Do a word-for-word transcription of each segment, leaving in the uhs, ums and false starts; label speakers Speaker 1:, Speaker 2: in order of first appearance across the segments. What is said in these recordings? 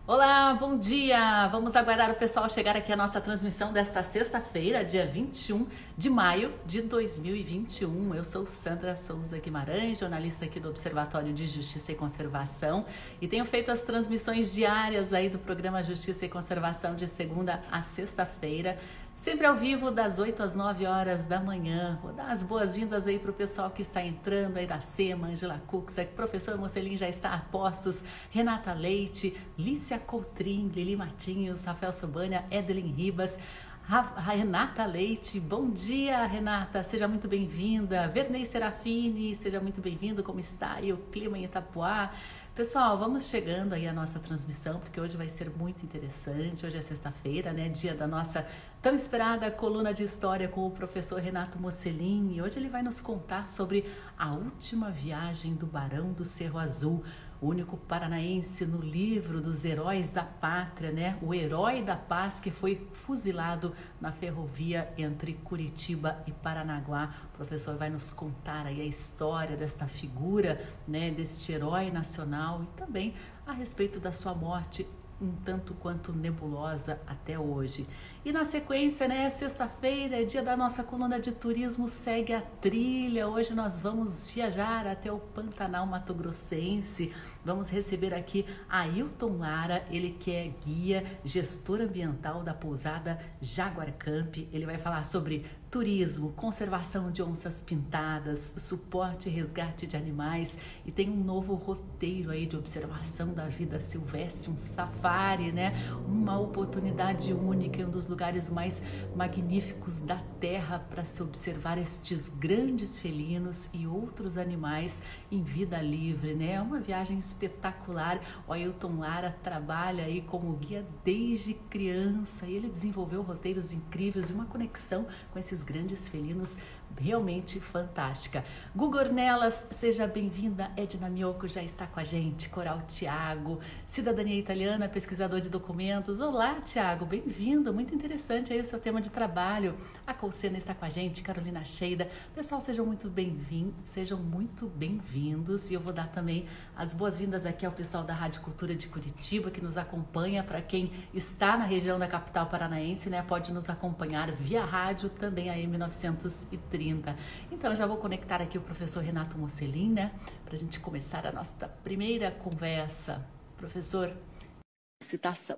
Speaker 1: Olá, bom dia! Vamos aguardar o pessoal chegar aqui à nossa transmissão desta sexta-feira, dia vinte e um de maio de dois mil e vinte e um. Eu sou Sandra Souza Guimarães, jornalista aqui do Observatório de Justiça e Conservação, e tenho feito as transmissões diárias aí do programa Justiça e Conservação de segunda a sexta-feira, sempre ao vivo, das oito às nove horas da manhã. Vou dar as boas-vindas aí para o pessoal que está entrando, aí da SEMA, Angela Cuxa, professor Mocelin já está a postos, Renata Leite, Lícia Coutrin, Lili Matinhos, Rafael Sobania, Edelyn Ribas, Ra- Renata Leite, bom dia, Renata, seja muito bem-vinda. Vernei Serafini, seja muito bem-vindo, como está? E o clima em Itapuá. Pessoal, vamos chegando aí à nossa transmissão, porque hoje vai ser muito interessante. Hoje é sexta-feira, né? Dia da nossa tão esperada coluna de história com o professor Renato Mocelin. E hoje ele vai nos contar sobre a última viagem do Barão do Cerro Azul, o único paranaense no livro dos heróis da pátria, né? O herói da paz que foi fuzilado na ferrovia entre Curitiba e Paranaguá. O professor vai nos contar aí a história desta figura, né? Deste herói nacional e também a respeito da sua morte, um tanto quanto nebulosa até hoje. E na sequência, né, sexta-feira é dia da nossa coluna de turismo Segue a Trilha. Hoje nós vamos viajar até o Pantanal Mato Grossense. Vamos receber aqui Ailton Lara, ele que é guia, gestor ambiental da pousada Jaguar Camp. Ele vai falar sobre turismo, conservação de onças pintadas, suporte e resgate de animais, e tem um novo roteiro aí de observação da vida silvestre, um safari, né? Uma oportunidade única em um dos lugares mais magníficos da Terra para se observar estes grandes felinos e outros animais em vida livre, né? É uma viagem espetacular. O Ailton Lara trabalha aí como guia desde criança e ele desenvolveu roteiros incríveis e uma conexão com esses grandes felinos realmente fantástica. Guga Ornelas, seja bem-vinda. Edna Mioco já está com a gente. Coral Tiago, cidadania italiana, pesquisador de documentos. Olá, Tiago, bem-vindo. Muito interessante aí o seu tema de trabalho. A Colsena está com a gente, Carolina Sheida. Pessoal, sejam muito bem-vindos, sejam muito bem-vindos. E eu vou dar também as boas-vindas aqui ao pessoal da Rádio Cultura de Curitiba, que nos acompanha. Para quem está na região da capital paranaense, né, pode nos acompanhar via rádio, também a M novecentos e trinta. Então, já vou conectar aqui o professor Renato Mocelin, né, para a gente começar a nossa primeira conversa. Professor, citação.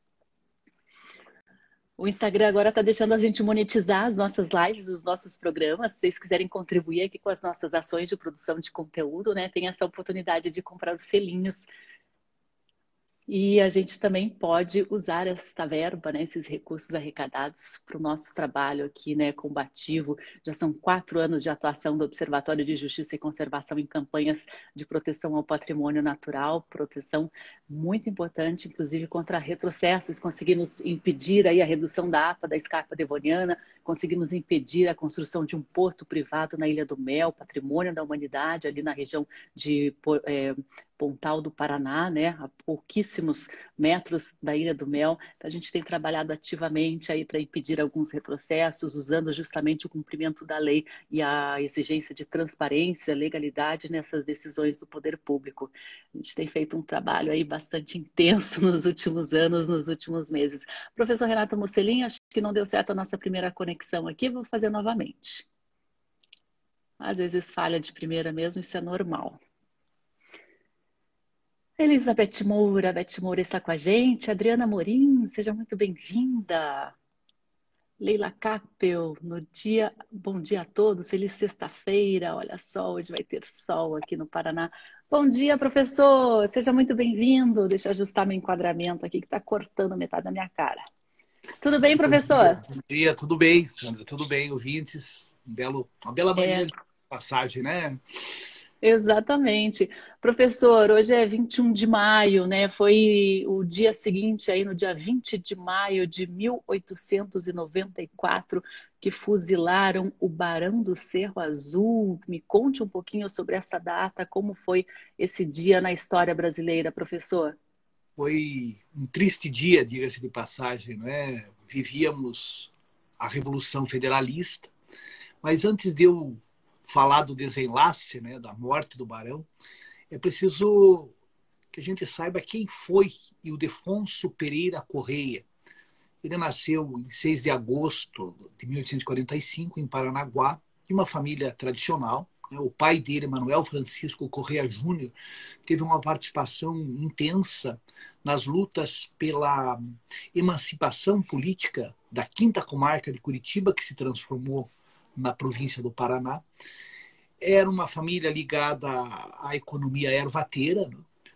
Speaker 1: O Instagram agora está deixando a gente monetizar as nossas lives, os nossos programas. Se vocês quiserem contribuir aqui com as nossas ações de produção de conteúdo, né, tem essa oportunidade de comprar os selinhos. E a gente também pode usar esta verba, né, esses recursos arrecadados para o nosso trabalho aqui, né, combativo. Já são quatro anos de atuação do Observatório de Justiça e Conservação em campanhas de proteção ao patrimônio natural, proteção muito importante, inclusive contra retrocessos. Conseguimos impedir aí a redução da A P A da Escarpa Devoniana, conseguimos impedir a construção de um porto privado na Ilha do Mel, patrimônio da humanidade, ali na região de é, Pontal do Paraná, né, a pouquíssimos metros da Ilha do Mel. Então, a gente tem trabalhado ativamente aí para impedir alguns retrocessos, usando justamente o cumprimento da lei e a exigência de transparência, legalidade nessas decisões do poder público. A gente tem feito um trabalho aí bastante intenso nos últimos anos, nos últimos meses. Professor Renato Mocelin, acho que não deu certo a nossa primeira conexão aqui, vou fazer novamente. Às vezes falha de primeira mesmo, isso é normal. Elizabeth Moura, Beth Moura está com a gente. Adriana Morim, seja muito bem-vinda. Leila Capel, no dia, bom dia a todos, feliz sexta-feira. Olha só, hoje vai ter sol aqui no Paraná. Bom dia, professor, seja muito bem-vindo. Deixa eu ajustar meu enquadramento aqui, que está cortando metade da minha cara. Tudo bem,
Speaker 2: Bom dia,
Speaker 1: professor?
Speaker 2: bom dia, tudo bem, Sandra, tudo bem, ouvintes. Um belo, uma bela manhã
Speaker 1: É.
Speaker 2: de passagem, né?
Speaker 1: Exatamente. Professor, hoje é vinte e um de maio, né? Foi o dia seguinte, aí no dia vinte de maio de mil oitocentos e noventa e quatro, que fuzilaram o Barão do Cerro Azul. Me conte um pouquinho sobre essa data, como foi esse dia na história brasileira, professor?
Speaker 2: Foi um triste dia, diga-se de passagem, né? Vivíamos a Revolução Federalista, mas antes de eu falar do desenlace, né, da morte do Barão, é preciso que a gente saiba quem foi Ildefonso Pereira Correia. Ele nasceu em seis de agosto de mil oitocentos e quarenta e cinco, em Paranaguá, de uma família tradicional. O pai dele, Manuel Francisco Correia Júnior, teve uma participação intensa nas lutas pela emancipação política da quinta comarca de Curitiba, que se transformou na província do Paraná. Era uma família ligada à economia ervateira.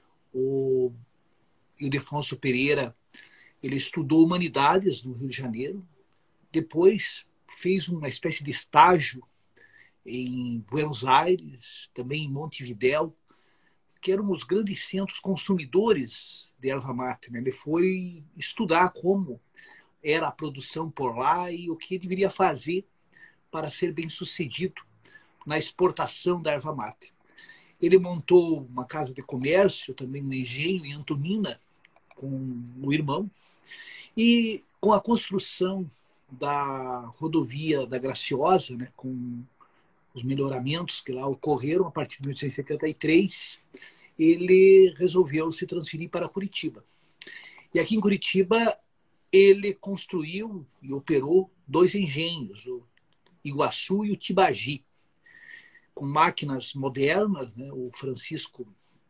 Speaker 2: O Ildefonso Pereira, ele estudou humanidades no Rio de Janeiro, depois fez uma espécie de estágio em Buenos Aires, também em Montevidéu, que eram os grandes centros consumidores de erva mate. Ele foi estudar como era a produção por lá e o que deveria fazer para ser bem-sucedido na exportação da erva mate. Ele montou uma casa de comércio, também um engenho em Antonina, com o irmão, e com a construção da rodovia da Graciosa, né, com os melhoramentos que lá ocorreram a partir de mil oitocentos e setenta e três, ele resolveu se transferir para Curitiba. E aqui em Curitiba ele construiu e operou dois engenhos, o Iguaçu e o Tibagi, com máquinas modernas, né? O Francisco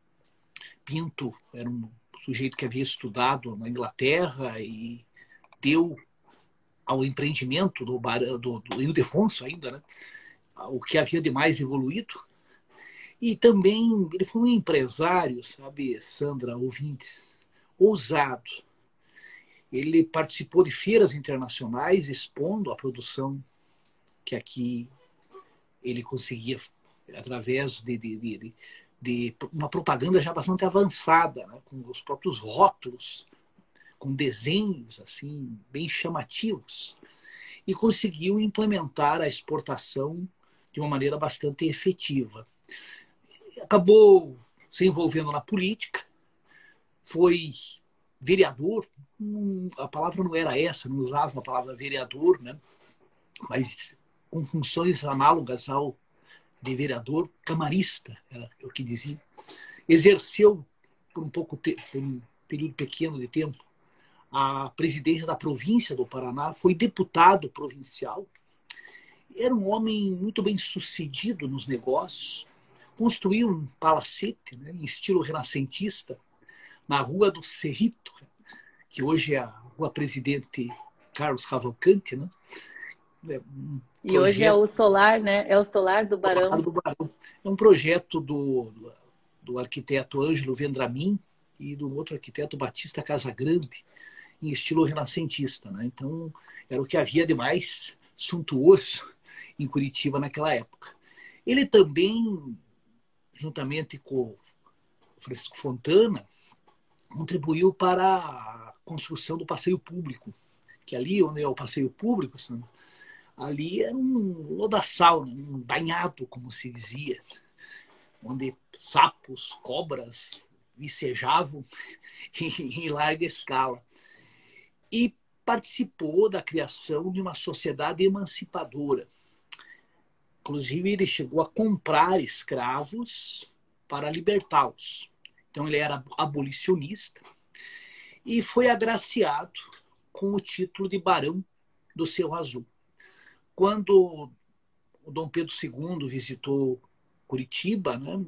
Speaker 2: Pinto era um sujeito que havia estudado na Inglaterra e deu ao empreendimento do, do, do Ildefonso ainda, né? O que havia de mais evoluído. E também ele foi um empresário, sabe, Sandra, ouvintes, ousado. Ele participou de feiras internacionais expondo a produção que aqui ele conseguia através de, de, de, de uma propaganda já bastante avançada, né, com os próprios rótulos, com desenhos assim bem chamativos, e conseguiu implementar a exportação de uma maneira bastante efetiva. Acabou se envolvendo na política, foi vereador, a palavra não era essa, não usava a palavra vereador, né? Mas com funções análogas ao de vereador, camarista, era o que dizia. Exerceu por um pouco te- por um período pequeno de tempo a presidência da província do Paraná, foi deputado provincial. Era um homem muito bem sucedido nos negócios, construiu um palacete, né, em estilo renascentista na Rua do Cerrito, que hoje é a Rua Presidente Carlos Cavalcante, né? É um
Speaker 3: e projeto... hoje é o solar, né? É o solar do Barão.
Speaker 2: do Barão. É um projeto do, do, do arquiteto Ângelo Vendramin e do outro arquiteto Batista Casagrande, em estilo renascentista, né? Então, era o que havia de mais suntuoso em Curitiba naquela época. Ele também, juntamente com o Francisco Fontana, contribuiu para a construção do passeio público, que ali onde é o passeio público, ali era um lodaçal, né? Um banhado, como se dizia, onde sapos, cobras vicejavam em, em larga escala. E participou da criação de uma sociedade emancipadora. Inclusive, ele chegou a comprar escravos para libertá-los. Então, ele era abolicionista e foi agraciado com o título de Barão do Cerro Azul. Quando o Dom Pedro segundo visitou Curitiba, né,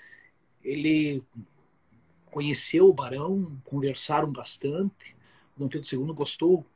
Speaker 2: ele conheceu o barão, conversaram bastante. O Dom Pedro segundo gostou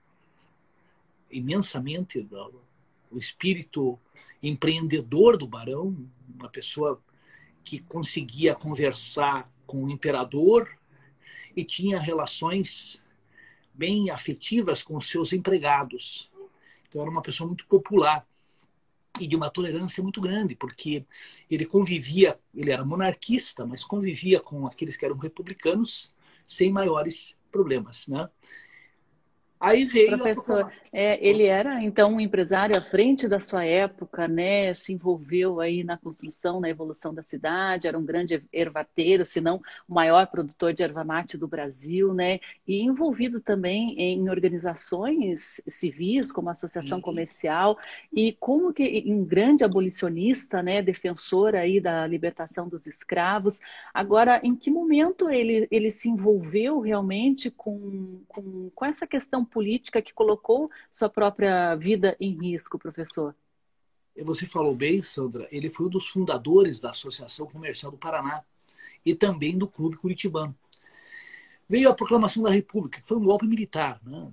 Speaker 2: imensamente do, do espírito empreendedor do barão, uma pessoa que conseguia conversar com o imperador e tinha relações bem afetivas com os seus empregados. Então era uma pessoa muito popular e de uma tolerância muito grande, porque ele convivia, ele era monarquista, mas convivia com aqueles que eram republicanos sem maiores problemas, né? Aí veio a
Speaker 3: Professor,
Speaker 2: proclamação.
Speaker 3: é, ele era então um empresário à frente da sua época, né? Se envolveu aí na construção, na evolução da cidade, era um grande ervateiro, se não o maior produtor de erva mate do Brasil, né? E envolvido também em organizações civis, como a Associação
Speaker 2: E
Speaker 3: Comercial, e como que um grande abolicionista, né? Defensor aí da libertação dos escravos. Agora, em que momento ele, ele se envolveu realmente com, com, com essa questão política que colocou sua própria vida em risco, professor?
Speaker 2: você falou bem, Sandra, ele foi um dos fundadores da Associação Comercial do Paraná e também do Clube Curitibano. Veio a proclamação da República, que foi um golpe militar, né?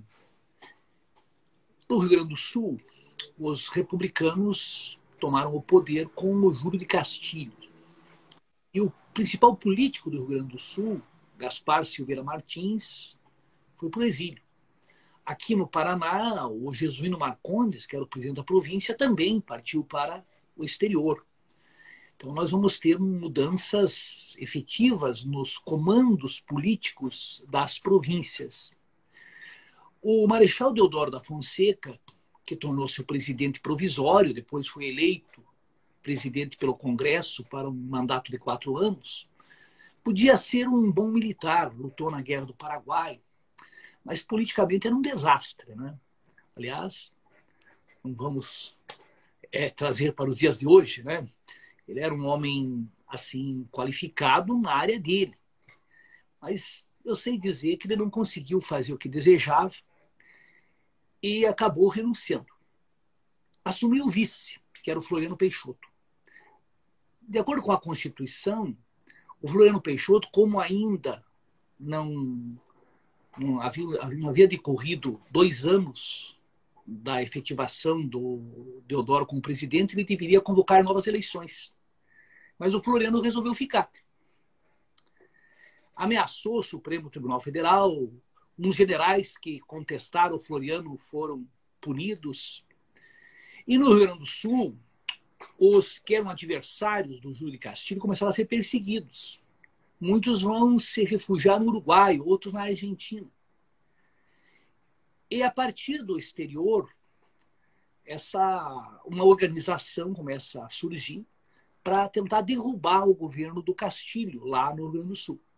Speaker 2: No Rio Grande do Sul, os republicanos tomaram o poder com o Júlio de Castilhos. E o principal político do Rio Grande do Sul, Gaspar Silveira Martins, foi para o exílio. Aqui no Paraná, o Jesuíno Marcondes, que era o presidente da província, também partiu para o exterior. Então nós vamos ter mudanças efetivas nos comandos políticos das províncias. O Marechal Deodoro da Fonseca, que tornou-se o presidente provisório, depois foi eleito presidente pelo Congresso para um mandato de quatro anos, podia ser um bom militar, lutou na Guerra do Paraguai, mas politicamente era um desastre, né? Aliás, não vamos é, trazer para os dias de hoje, né? Ele era um homem assim qualificado na área dele, mas eu sei dizer que ele não conseguiu fazer o que desejava e acabou renunciando. Assumiu o vice, que era o Floriano Peixoto. De acordo com a Constituição, o Floriano Peixoto, como ainda não, não, havia, não havia decorrido dois anos da efetivação do Deodoro como presidente, ele deveria convocar novas eleições. Mas o Floriano resolveu ficar. Ameaçou o Supremo Tribunal Federal, uns generais que contestaram o Floriano foram punidos. E no Rio Grande do Sul, os que eram adversários do Júlio de Castilho começaram a ser perseguidos. Muitos vão se refugiar no Uruguai, outros na Argentina. E a partir do exterior, essa, uma organização começa a surgir para tentar derrubar o governo do Castilho, lá no Rio Grande do Sul.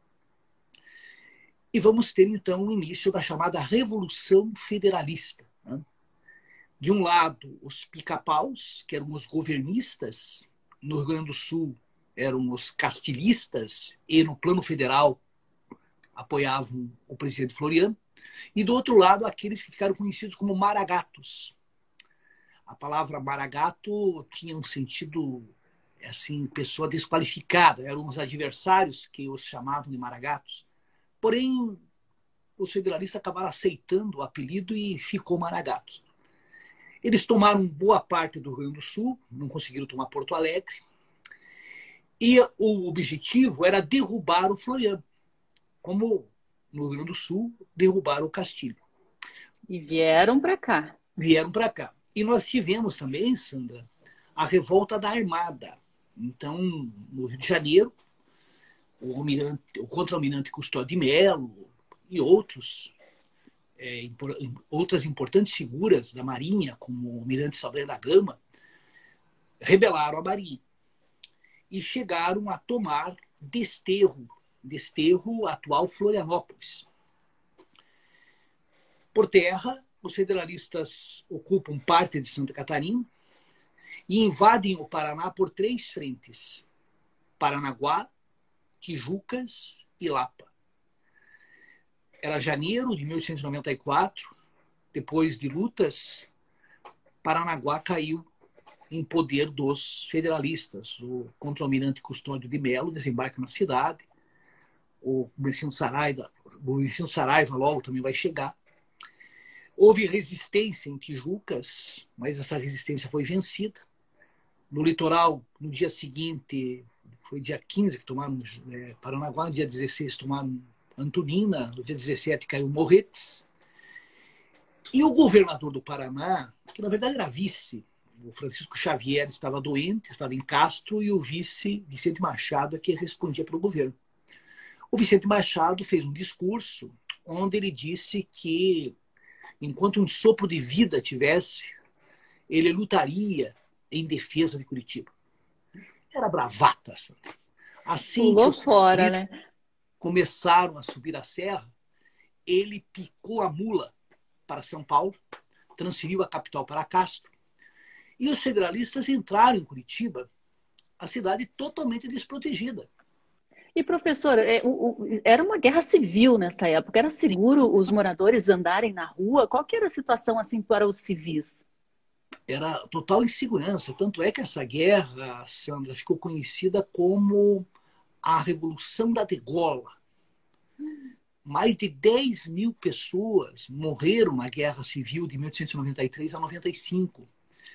Speaker 2: E vamos ter, então, o início da chamada Revolução Federalista. Né? De um lado, os pica-paus, que eram os governistas, no Rio Grande do Sul eram os castilhistas, e no plano federal apoiavam o presidente Floriano, e do outro lado, aqueles que ficaram conhecidos como maragatos. A palavra maragato tinha um sentido, assim, pessoa desqualificada, eram os adversários que os chamavam de maragatos. Porém, os federalistas acabaram aceitando o apelido e ficou Maragatos. Eles tomaram boa parte do Rio Grande do Sul, não conseguiram tomar Porto Alegre, e o objetivo era derrubar o Floriano, como no Rio Grande do Sul derrubaram o Castilho.
Speaker 3: E vieram para cá.
Speaker 2: Vieram para cá. E nós tivemos também, Sandra, a revolta da Armada. Então, no Rio de Janeiro, o, almirante, o contra-almirante Custódio de Melo e outros, é, impor, outras importantes figuras da Marinha, como o almirante Saldanha da Gama, rebelaram a Marinha e chegaram a tomar Desterro, Desterro, atual Florianópolis. Por terra, os federalistas ocupam parte de Santa Catarina e invadem o Paraná por três frentes: Paranaguá, Tijucas e Lapa. Era janeiro de mil oitocentos e noventa e quatro, depois de lutas, Paranaguá caiu em poder dos federalistas. O contra-almirante Custódio de Melo desembarca na cidade, o Mercino Saraiva, o Mercino Saraiva logo também vai chegar. Houve resistência em Tijucas, mas essa resistência foi vencida. No litoral, no dia seguinte, foi dia quinze que tomaram é, Paranaguá, no dia dezesseis tomaram Antonina, no dia dezessete caiu Morretes. E o governador do Paraná, que na verdade era vice, o Francisco Xavier, estava doente, estava em Castro, e o vice, Vicente Machado, é que respondia pelo governo. O Vicente Machado fez um discurso onde ele disse que enquanto um sopro de vida tivesse, ele lutaria em defesa de Curitiba. Era bravata. Assim que
Speaker 3: Pulou
Speaker 2: os
Speaker 3: fora, né?
Speaker 2: começaram a subir a serra, ele picou a mula para São Paulo, transferiu a capital para Castro, e os federalistas entraram em Curitiba, a cidade totalmente desprotegida.
Speaker 3: E, professor, é, o, o, era uma guerra civil nessa época. Era seguro os moradores andarem na rua? Qual que era a situação assim para os civis?
Speaker 2: Era total insegurança. Tanto é que essa guerra, Sandra, ficou conhecida como a Revolução da Degola. Mais de dez mil pessoas morreram na Guerra Civil de mil oitocentos e noventa e três a noventa e cinco.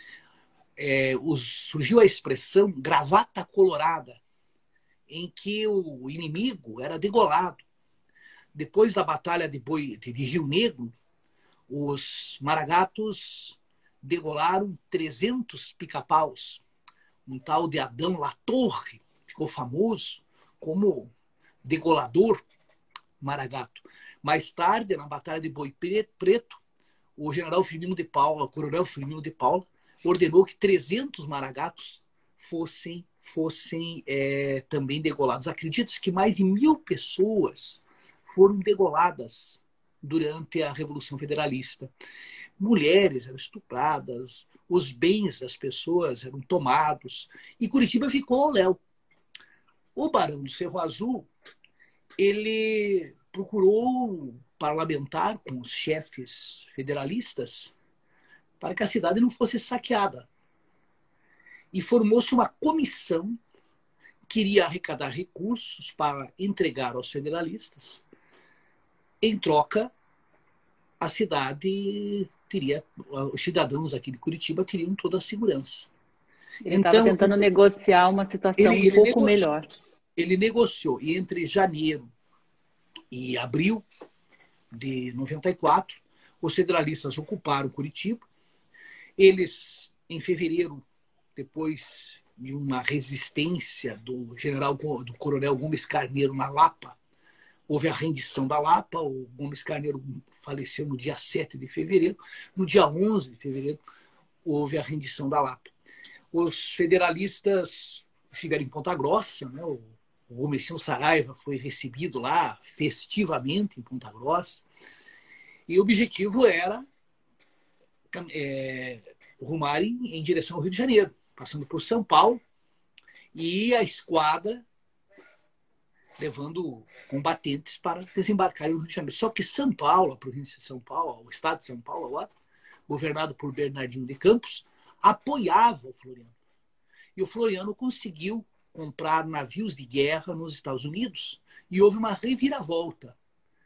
Speaker 2: É, os, surgiu a expressão gravata colorada, em que o inimigo era degolado. Depois da Batalha de, Boi, de Rio Negro, os maragatos degolaram trezentos pica-paus. Um tal de Adão Latorre ficou famoso como degolador maragato. Mais tarde, na Batalha de Boi Preto, o general Firmino de Paula, o coronel Firmino de Paula, ordenou que trezentos maragatos fossem, fossem é, também degolados. Acredita-se que mais de mil pessoas foram degoladas durante a Revolução Federalista. Mulheres eram estupradas, os bens das pessoas eram tomados, e Curitiba ficou ao léu. O Barão do Cerro Azul, ele procurou parlamentar com os chefes federalistas para que a cidade não fosse saqueada. E formou-se uma comissão que iria arrecadar recursos para entregar aos federalistas. Em troca, a cidade teria, os cidadãos aqui de Curitiba teriam toda a segurança.
Speaker 3: Ele estava então, tentando negociar uma situação ele, um ele pouco negociou, melhor.
Speaker 2: Ele negociou, e entre janeiro e abril de noventa e quatro, os federalistas ocuparam Curitiba. Eles, em fevereiro, depois de uma resistência do general, do coronel Gomes Carneiro na Lapa, houve a rendição da Lapa. O Gomes Carneiro faleceu no dia sete de fevereiro. No dia onze de fevereiro, houve a rendição da Lapa. Os federalistas estiveram em Ponta Grossa, né? O Gomercião Saraiva foi recebido lá festivamente em Ponta Grossa. E o objetivo era é, rumar em, em direção ao Rio de Janeiro, passando por São Paulo, e a esquadra levando combatentes para desembarcarem no Rio de Janeiro. Só que São Paulo, a província de São Paulo, o estado de São Paulo agora, governado por Bernardino de Campos, apoiava o Floriano. E o Floriano conseguiu comprar navios de guerra nos Estados Unidos, e houve uma reviravolta.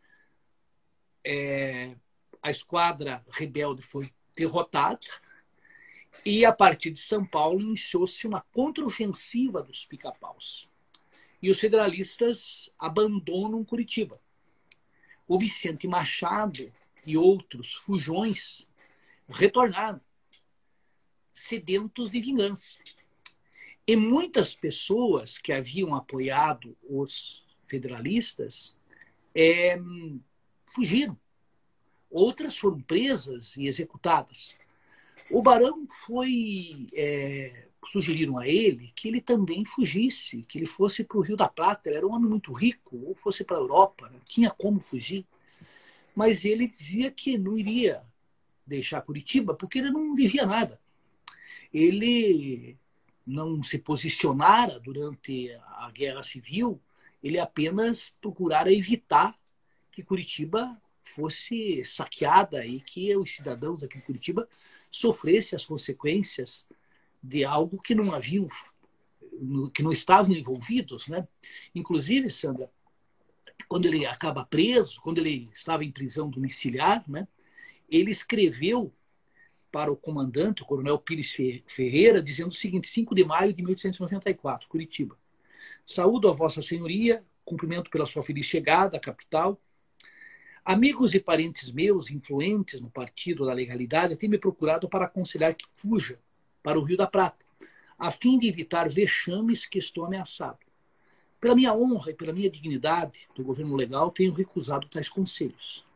Speaker 2: É, a esquadra rebelde foi derrotada, e a partir de São Paulo iniciou-se uma contraofensiva dos pica-paus. E os federalistas abandonam Curitiba. O Vicente Machado e outros fujões retornaram, sedentos de vingança. E muitas pessoas que haviam apoiado os federalistas é, fugiram. Outras foram presas e executadas. O barão foi... É, sugeriram a ele que ele também fugisse, que ele fosse para o Rio da Prata. Ele era um homem muito rico, ou fosse para a Europa, não tinha como fugir. Mas ele dizia que não iria deixar Curitiba porque ele não devia nada. Ele não se posicionara durante a Guerra Civil, ele apenas procurara evitar que Curitiba fosse saqueada e que os cidadãos aqui de Curitiba sofressem as consequências de algo que não haviam, que não estavam envolvidos, né? Inclusive, Sandra, quando ele acaba preso, quando ele estava em prisão domiciliar, né, ele escreveu para o comandante, o coronel Pires Ferreira, dizendo o seguinte: cinco de maio de mil oitocentos e noventa e quatro, Curitiba. Saúdo a Vossa Senhoria, cumprimento pela sua feliz chegada à capital. Amigos e parentes meus, influentes no Partido da Legalidade, têm me procurado para aconselhar que fuja para o Rio da Prata, a fim de evitar vexames que estou ameaçado. Pela minha honra e pela minha dignidade do governo legal, tenho recusado tais conselhos.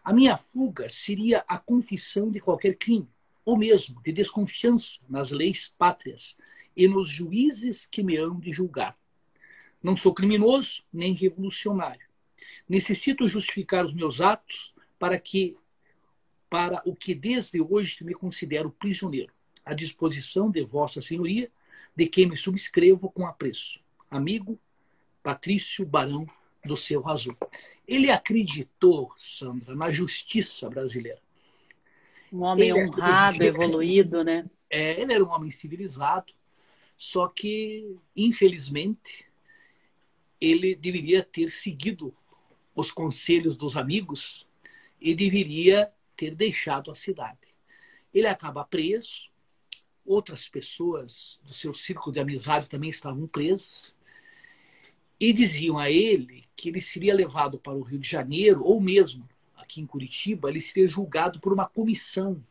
Speaker 2: A minha fuga seria a confissão de qualquer crime, ou mesmo de desconfiança nas leis pátrias e nos juízes que me hão de julgar. Não sou criminoso nem revolucionário. Necessito justificar os meus atos para que para o que desde hoje me considero prisioneiro, à disposição de Vossa Senhoria, de quem me subscrevo com apreço. Amigo Patrício Barão do Seu Razão. Ele acreditou, Sandra, na justiça brasileira.
Speaker 3: Um homem
Speaker 2: ele
Speaker 3: honrado, acreditou... evoluído, né?
Speaker 2: É, ele era um homem civilizado, só que, infelizmente, ele deveria ter seguido os conselhos dos amigos e deveria ter deixado a cidade. Ele acaba preso, outras pessoas do seu círculo de amizade também estavam presas, e diziam a ele que ele seria levado para o Rio de Janeiro, ou mesmo aqui em Curitiba, ele seria julgado por uma comissão.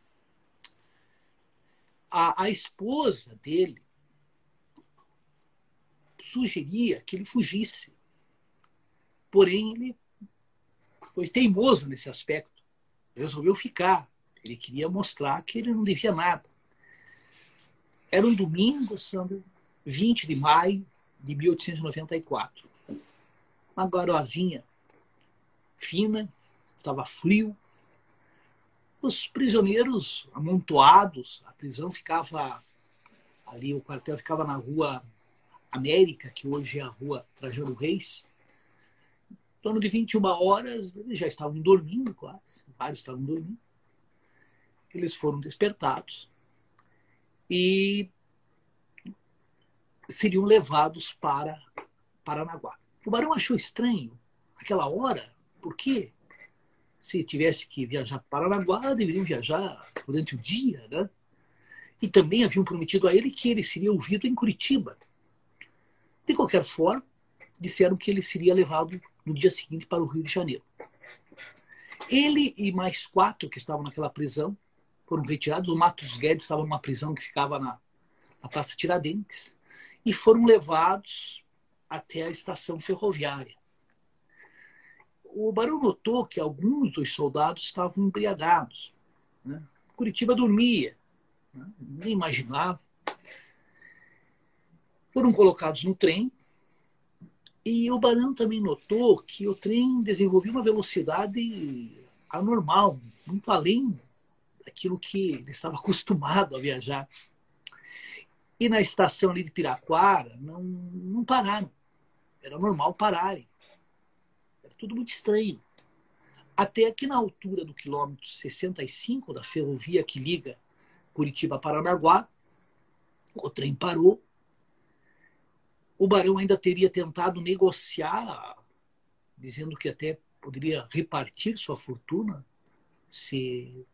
Speaker 2: A, a esposa dele sugeria que ele fugisse. Porém, ele foi teimoso nesse aspecto. Resolveu ficar. Ele queria mostrar que ele não devia nada. Era um domingo, Sandra, vinte de maio de mil oitocentos e noventa e quatro. Uma garoazinha fina, estava frio. Os prisioneiros amontoados, a prisão ficava ali, o quartel ficava na Rua América, que hoje é a Rua Trajano Reis. Em torno de vinte e uma horas, eles já estavam dormindo quase, vários estavam dormindo. Eles foram despertados e seriam levados para Paranaguá. O Barão achou estranho aquela hora, porque se tivesse que viajar para Paranaguá, deveriam viajar durante o dia, né? E também haviam prometido a ele que ele seria ouvido em Curitiba. De qualquer forma, disseram que ele seria levado no dia seguinte para o Rio de Janeiro. Ele e mais quatro que estavam naquela prisão foram retirados. O Matos Guedes estava numa prisão que ficava na, na Praça Tiradentes e foram levados até a estação ferroviária. O Barão notou que alguns dos soldados estavam embriagados, né? Curitiba dormia, né? Nem imaginava. Foram colocados no trem e o Barão também notou que o trem desenvolvia uma velocidade anormal, muito além daquilo que ele estava acostumado a viajar. E na estação ali de Piraquara não, não pararam. Era normal pararem. Era tudo muito estranho. Até que na altura do quilômetro sessenta e cinco da ferrovia que liga Curitiba a Paranaguá, o trem parou. O Barão ainda teria tentado negociar, dizendo que até poderia repartir sua fortuna se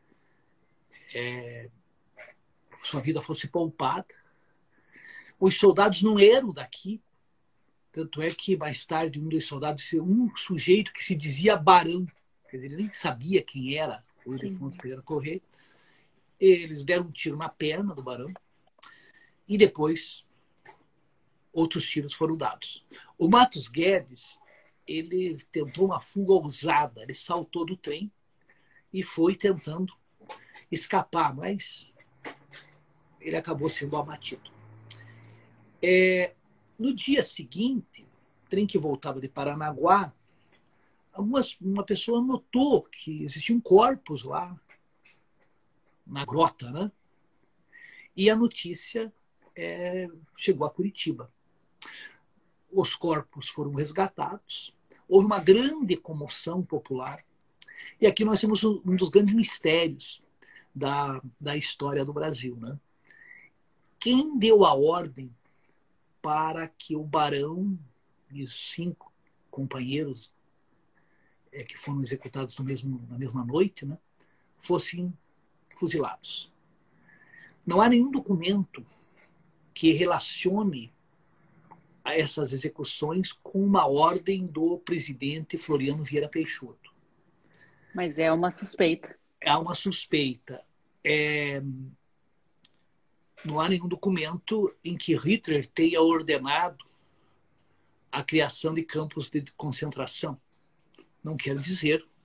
Speaker 2: é, sua vida fosse poupada. Os soldados não eram daqui. Tanto é que, mais tarde, um dos soldados, um sujeito que se dizia Barão, quer dizer, ele nem sabia quem era o Ildefonso Pereira Corrêa, eles deram um tiro na perna do Barão e depois outros tiros foram dados. O Matos Guedes, ele tentou uma fuga ousada, ele saltou do trem e foi tentando escapar, mas ele acabou sendo abatido. É, no dia seguinte, trem que voltava de Paranaguá, algumas, uma pessoa notou que existiam corpos lá na grota, né? E a notícia é, chegou a Curitiba. Os corpos foram resgatados, houve uma grande comoção popular, e aqui nós temos um dos grandes mistérios da, da história do Brasil, né? Quem deu a ordem para que o Barão e os cinco companheiros é, que foram executados no mesmo, na mesma noite, né, fossem fuzilados? Não há nenhum documento que relacione a essas execuções com uma ordem do presidente Floriano Vieira Peixoto.
Speaker 3: Mas é uma suspeita.
Speaker 2: É uma suspeita. É... Não há nenhum documento em que Hitler tenha ordenado a criação de campos de concentração. Não quer dizer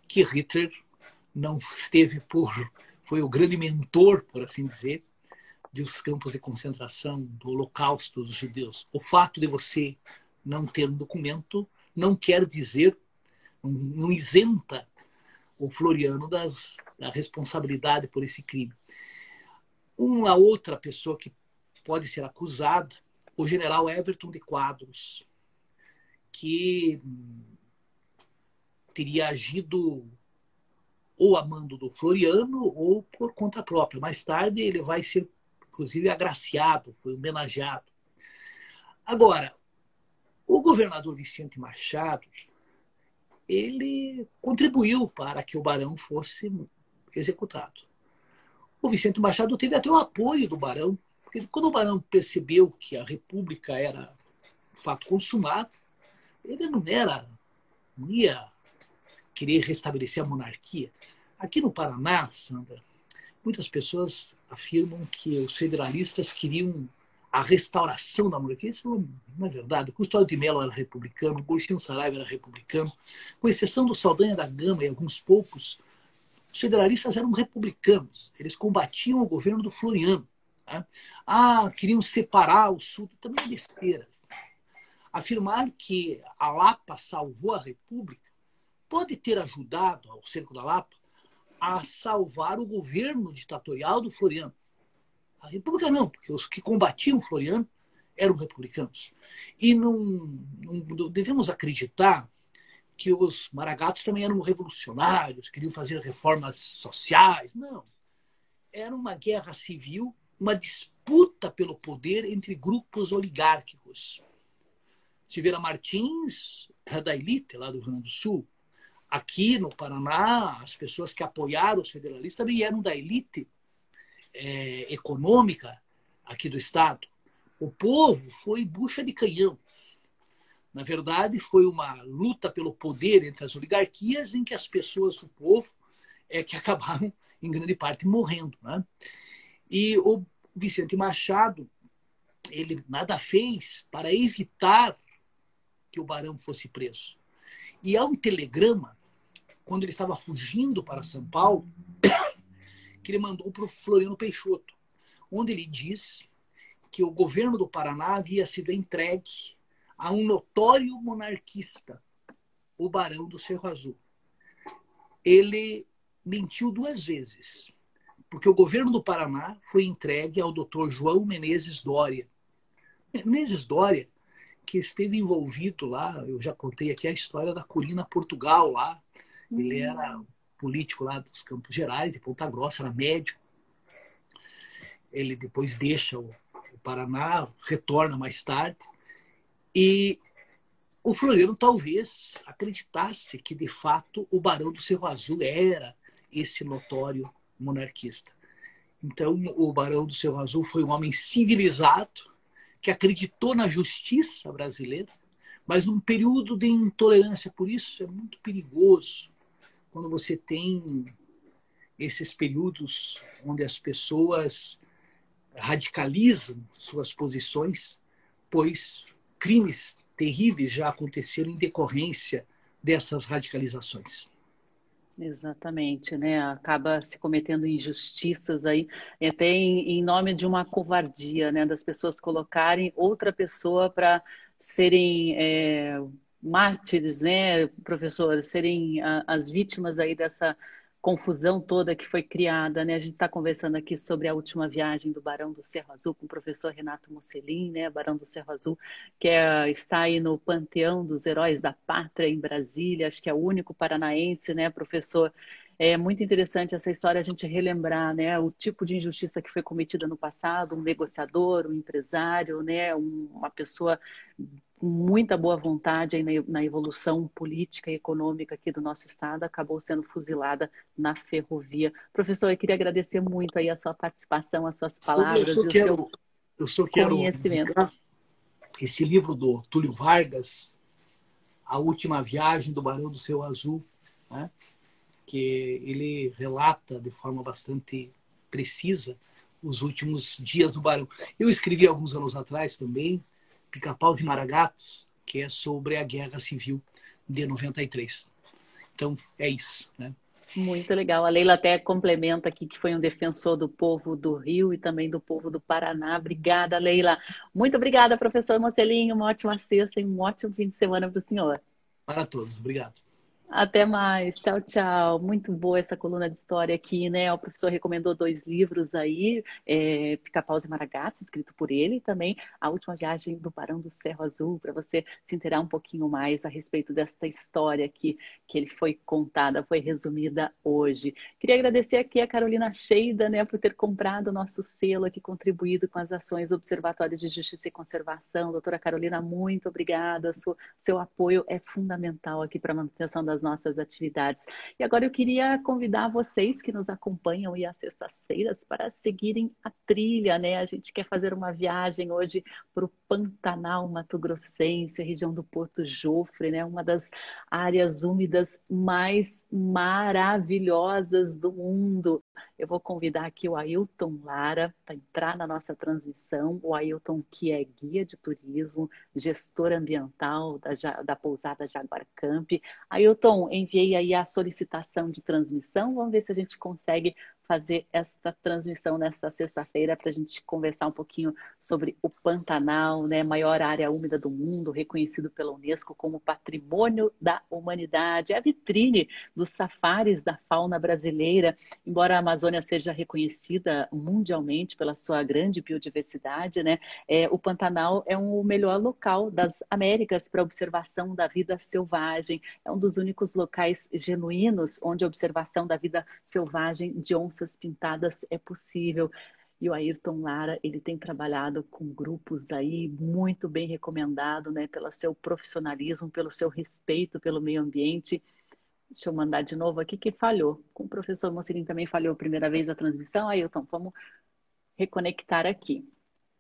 Speaker 2: que Hitler não esteve por... foi o grande mentor, por assim dizer, dos campos de concentração, do holocausto dos judeus. O fato de você não ter um documento não quer dizer, não, não isenta o Floriano das, da responsabilidade por esse crime. Uma outra pessoa que pode ser acusada, o general Everton de Quadros, que teria agido ou a mando do Floriano ou por conta própria. Mais tarde ele vai ser, inclusive, agraciado, foi homenageado. Agora, o governador Vicente Machado, ele contribuiu para que o Barão fosse executado. O Vicente Machado teve até o apoio do Barão, porque quando o Barão percebeu que a República era um fato consumado, ele não era, não ia querer restabelecer a monarquia. Aqui no Paraná, Sandra, muitas pessoas afirmam que os federalistas queriam a restauração da monarquia. Isso não é verdade. O Custódio de Mello era republicano, o Agostinho Saraiva era republicano, com exceção do Saldanha da Gama e alguns poucos, os federalistas eram republicanos. Eles combatiam o governo do Floriano. Tá? Ah, queriam separar o Sul. Também é besteira. Afirmar que a Lapa salvou a República pode ter ajudado ao Cerco da Lapa a salvar o governo ditatorial do Floriano. A República não, porque os que combatiam o Floriano eram republicanos. E não, não devemos acreditar que os Maragatos também eram revolucionários, queriam fazer reformas sociais. Não. Era uma guerra civil, uma disputa pelo poder entre grupos oligárquicos. Silveira Martins era da elite lá do Rio Grande do Sul. Aqui no Paraná, as pessoas que apoiaram os federalistas também eram da elite é, econômica aqui do Estado. O povo foi bucha de canhão. Na verdade, foi uma luta pelo poder entre as oligarquias em que as pessoas do povo é que acabaram, em grande parte, morrendo. Né? E o Vicente Machado, ele nada fez para evitar que o Barão fosse preso. E há um telegrama, quando ele estava fugindo para São Paulo, que ele mandou para o Floriano Peixoto, onde ele diz que o governo do Paraná havia sido entregue a um notório monarquista, o Barão do Cerro Azul. Ele mentiu duas vezes, porque o governo do Paraná foi entregue ao doutor João Menezes Doria. Menezes Doria, que esteve envolvido lá, eu já contei aqui a história da Colina Portugal lá, ele era político lá dos Campos Gerais, de Ponta Grossa, era médico. Ele depois deixa o, o Paraná, retorna mais tarde. E o Floriano talvez acreditasse que, de fato, o Barão do Cerro Azul era esse notório monarquista. Então, o Barão do Cerro Azul foi um homem civilizado, que acreditou na justiça brasileira, mas num período de intolerância. Por isso é muito perigoso quando você tem esses períodos onde as pessoas radicalizam suas posições, pois crimes terríveis já aconteceram em decorrência dessas radicalizações.
Speaker 3: Exatamente, né? Acaba se cometendo injustiças aí, até em, em nome de uma covardia, né? Das pessoas colocarem outra pessoa para serem é, mártires, né, professor? Serem a, as vítimas aí dessa confusão toda que foi criada, né? A gente está conversando aqui sobre a última viagem do Barão do Cerro Azul com o professor Renato Musselin, né? Barão do Cerro Azul, que é, está aí no panteão dos heróis da pátria em Brasília, acho que é o único paranaense, né, professor? É muito interessante essa história, a gente relembrar, né, o tipo de injustiça que foi cometida no passado, um negociador, um empresário, né, um, uma pessoa com muita boa vontade aí na, na evolução política e econômica aqui do nosso estado, acabou sendo fuzilada na ferrovia. Professor, eu queria agradecer muito aí a sua participação, as suas palavras
Speaker 2: eu
Speaker 3: e o
Speaker 2: quero,
Speaker 3: seu
Speaker 2: eu só quero
Speaker 3: conhecimento.
Speaker 2: Esse livro do Túlio Vargas, A Última Viagem do Barão do Cerro Azul, né? Que ele relata de forma bastante precisa os últimos dias do Barão. Eu escrevi alguns anos atrás também, Pica-Paus e Maragatos, que é sobre a Guerra Civil de noventa e três. Então, é isso, né?
Speaker 3: Muito legal. A Leila até complementa aqui que foi um defensor do povo do Rio e também do povo do Paraná. Obrigada, Leila. Muito obrigada, professor Mocelinho. Uma ótima sexta e um ótimo fim de semana para o senhor.
Speaker 2: Para todos. Obrigado.
Speaker 3: Até mais. Tchau, tchau. Muito boa essa coluna de história aqui, né? O professor recomendou dois livros aí, é, Pica-Paus e Maragatos, escrito por ele, e também A Última Viagem do Barão do Cerro Azul, para você se inteirar um pouquinho mais a respeito desta história aqui, que ele foi contada, foi resumida hoje. Queria agradecer aqui a Carolina Cheida, né, por ter comprado o nosso selo aqui, contribuído com as ações do Observatório de Justiça e Conservação. Doutora Carolina, muito obrigada. Seu, seu apoio é fundamental aqui para a manutenção das nossas atividades. E agora eu queria convidar vocês que nos acompanham e às sextas-feiras para seguirem a trilha, né? A gente quer fazer uma viagem hoje para o Pantanal Mato Grossense, região do Porto Jofre, né? Uma das áreas úmidas mais maravilhosas do mundo. Eu vou convidar aqui o Ailton Lara para entrar na nossa transmissão. O Ailton, que é guia de turismo, gestor ambiental da, da pousada Jaguar Camp. Ailton, enviei aí a solicitação de transmissão. Vamos ver se a gente consegue fazer esta transmissão nesta sexta-feira para a gente conversar um pouquinho sobre o Pantanal, né? Maior área úmida do mundo, reconhecido pela Unesco como Patrimônio da Humanidade. É a vitrine dos safaris da fauna brasileira. Embora a Amazônia seja reconhecida mundialmente pela sua grande biodiversidade, né? É, o Pantanal é um, o melhor local das Américas para observação da vida selvagem. É um dos únicos locais genuínos onde a observação da vida selvagem de onças pintadas é possível. E o Ailton Lara, ele tem trabalhado com grupos aí muito bem recomendado, né, pelo seu profissionalismo, pelo seu respeito pelo meio ambiente. Deixa eu mandar de novo aqui que falhou. Com o professor Mocelin também falhou a primeira vez a transmissão. Ailton, vamos reconectar aqui.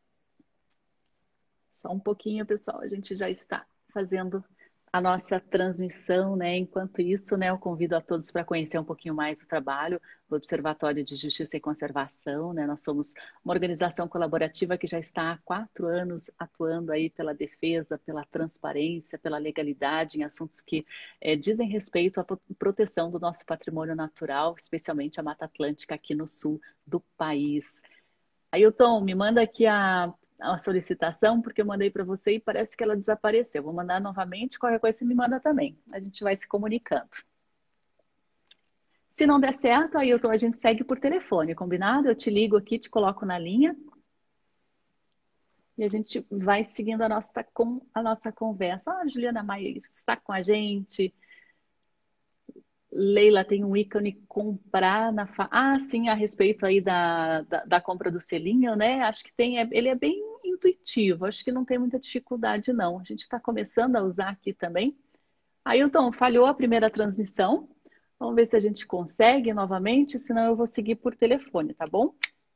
Speaker 3: Só um pouquinho, pessoal, a gente já está fazendo a nossa transmissão, né? Enquanto isso, né, eu convido a todos para conhecer um pouquinho mais o trabalho do Observatório de Justiça e Conservação, né? Nós somos uma organização colaborativa que já está há quatro anos atuando aí pela defesa, pela transparência, pela legalidade em assuntos que é, dizem respeito à proteção do nosso patrimônio natural, especialmente a Mata Atlântica aqui no sul do país. Ailton, me manda aqui a a solicitação, porque eu mandei para você e parece que ela desapareceu. Vou mandar novamente, qualquer coisa você me manda também. A gente vai se comunicando. Se não der certo, Ailton, a gente segue por telefone, combinado? Eu te ligo aqui, te coloco na linha. E a gente vai seguindo a nossa, com a nossa conversa. Ah, a Juliana Maia está com a gente. Leila tem um ícone comprar na fa... Ah, sim, a respeito aí da, da, da compra do selinho, né? Acho que tem, ele é bem intuitivo, acho que não tem muita dificuldade, não. A gente está começando a usar aqui também. Ailton, falhou a primeira transmissão. Vamos ver se a gente consegue novamente, senão eu vou seguir por telefone, tá bom?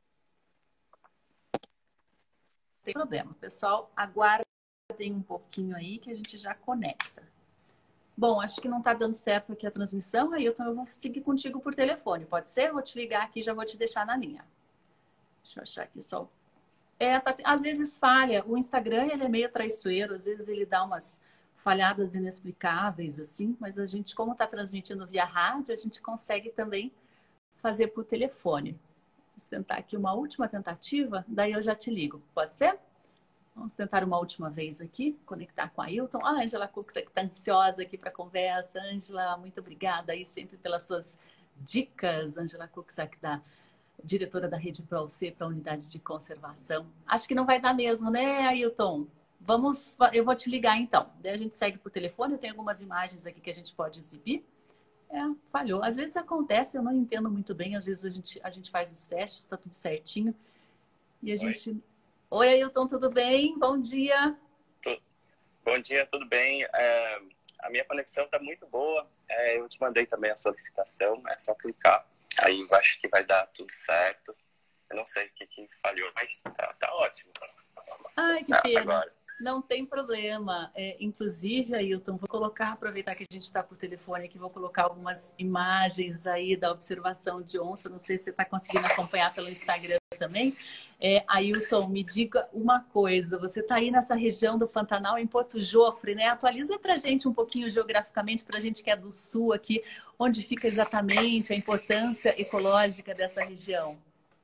Speaker 1: Não tem problema, pessoal. Aguardem um pouquinho aí que a gente já conecta. Bom, acho que não está dando certo aqui a transmissão, Ailton, eu vou seguir contigo por telefone, pode ser? Eu vou te ligar aqui e já vou te deixar na linha. Deixa eu achar aqui só. É, tá... Às vezes falha, o Instagram ele é meio traiçoeiro, às vezes ele dá umas falhadas inexplicáveis, assim, mas a gente, como está transmitindo via rádio, a gente consegue também fazer por telefone. Vamos tentar aqui uma última tentativa, daí eu já te ligo, pode ser? Vamos tentar uma última vez aqui, conectar com a Ailton. Ah, a Ângela Cux, que está ansiosa aqui para a conversa. Ângela, muito obrigada aí sempre pelas suas dicas. Ângela Cux, aqui da diretora da Rede P R O C para a Unidade de Conservação. Acho que não vai dar mesmo, né, Ailton? Vamos, eu vou te ligar então. Daí a gente segue por telefone, eu tenho algumas imagens aqui que a gente pode exibir. É, falhou. Às vezes acontece, eu não entendo muito bem, às vezes a gente, a gente faz os testes, está tudo certinho. E a Oi. gente... Oi, Ailton, tudo bem? Bom dia.
Speaker 4: Bom dia, tudo bem? É, a minha conexão está muito boa. É, eu te mandei também a solicitação, é só clicar. Aí eu acho que vai dar tudo certo. Eu não sei o que, que falhou, mas tá, tá ótimo.
Speaker 1: Ai, que pena. Agora. Não tem problema. É, inclusive, Ailton, vou colocar, aproveitar que a gente está por telefone aqui, vou colocar algumas imagens aí da observação de onça. Não sei se você está conseguindo acompanhar pelo Instagram também. É, Ailton, me diga uma coisa. Você está aí nessa região do Pantanal, em Porto Jofre, né? Atualiza para a gente um pouquinho geograficamente, para a gente que é do sul aqui, onde fica exatamente a importância ecológica dessa região.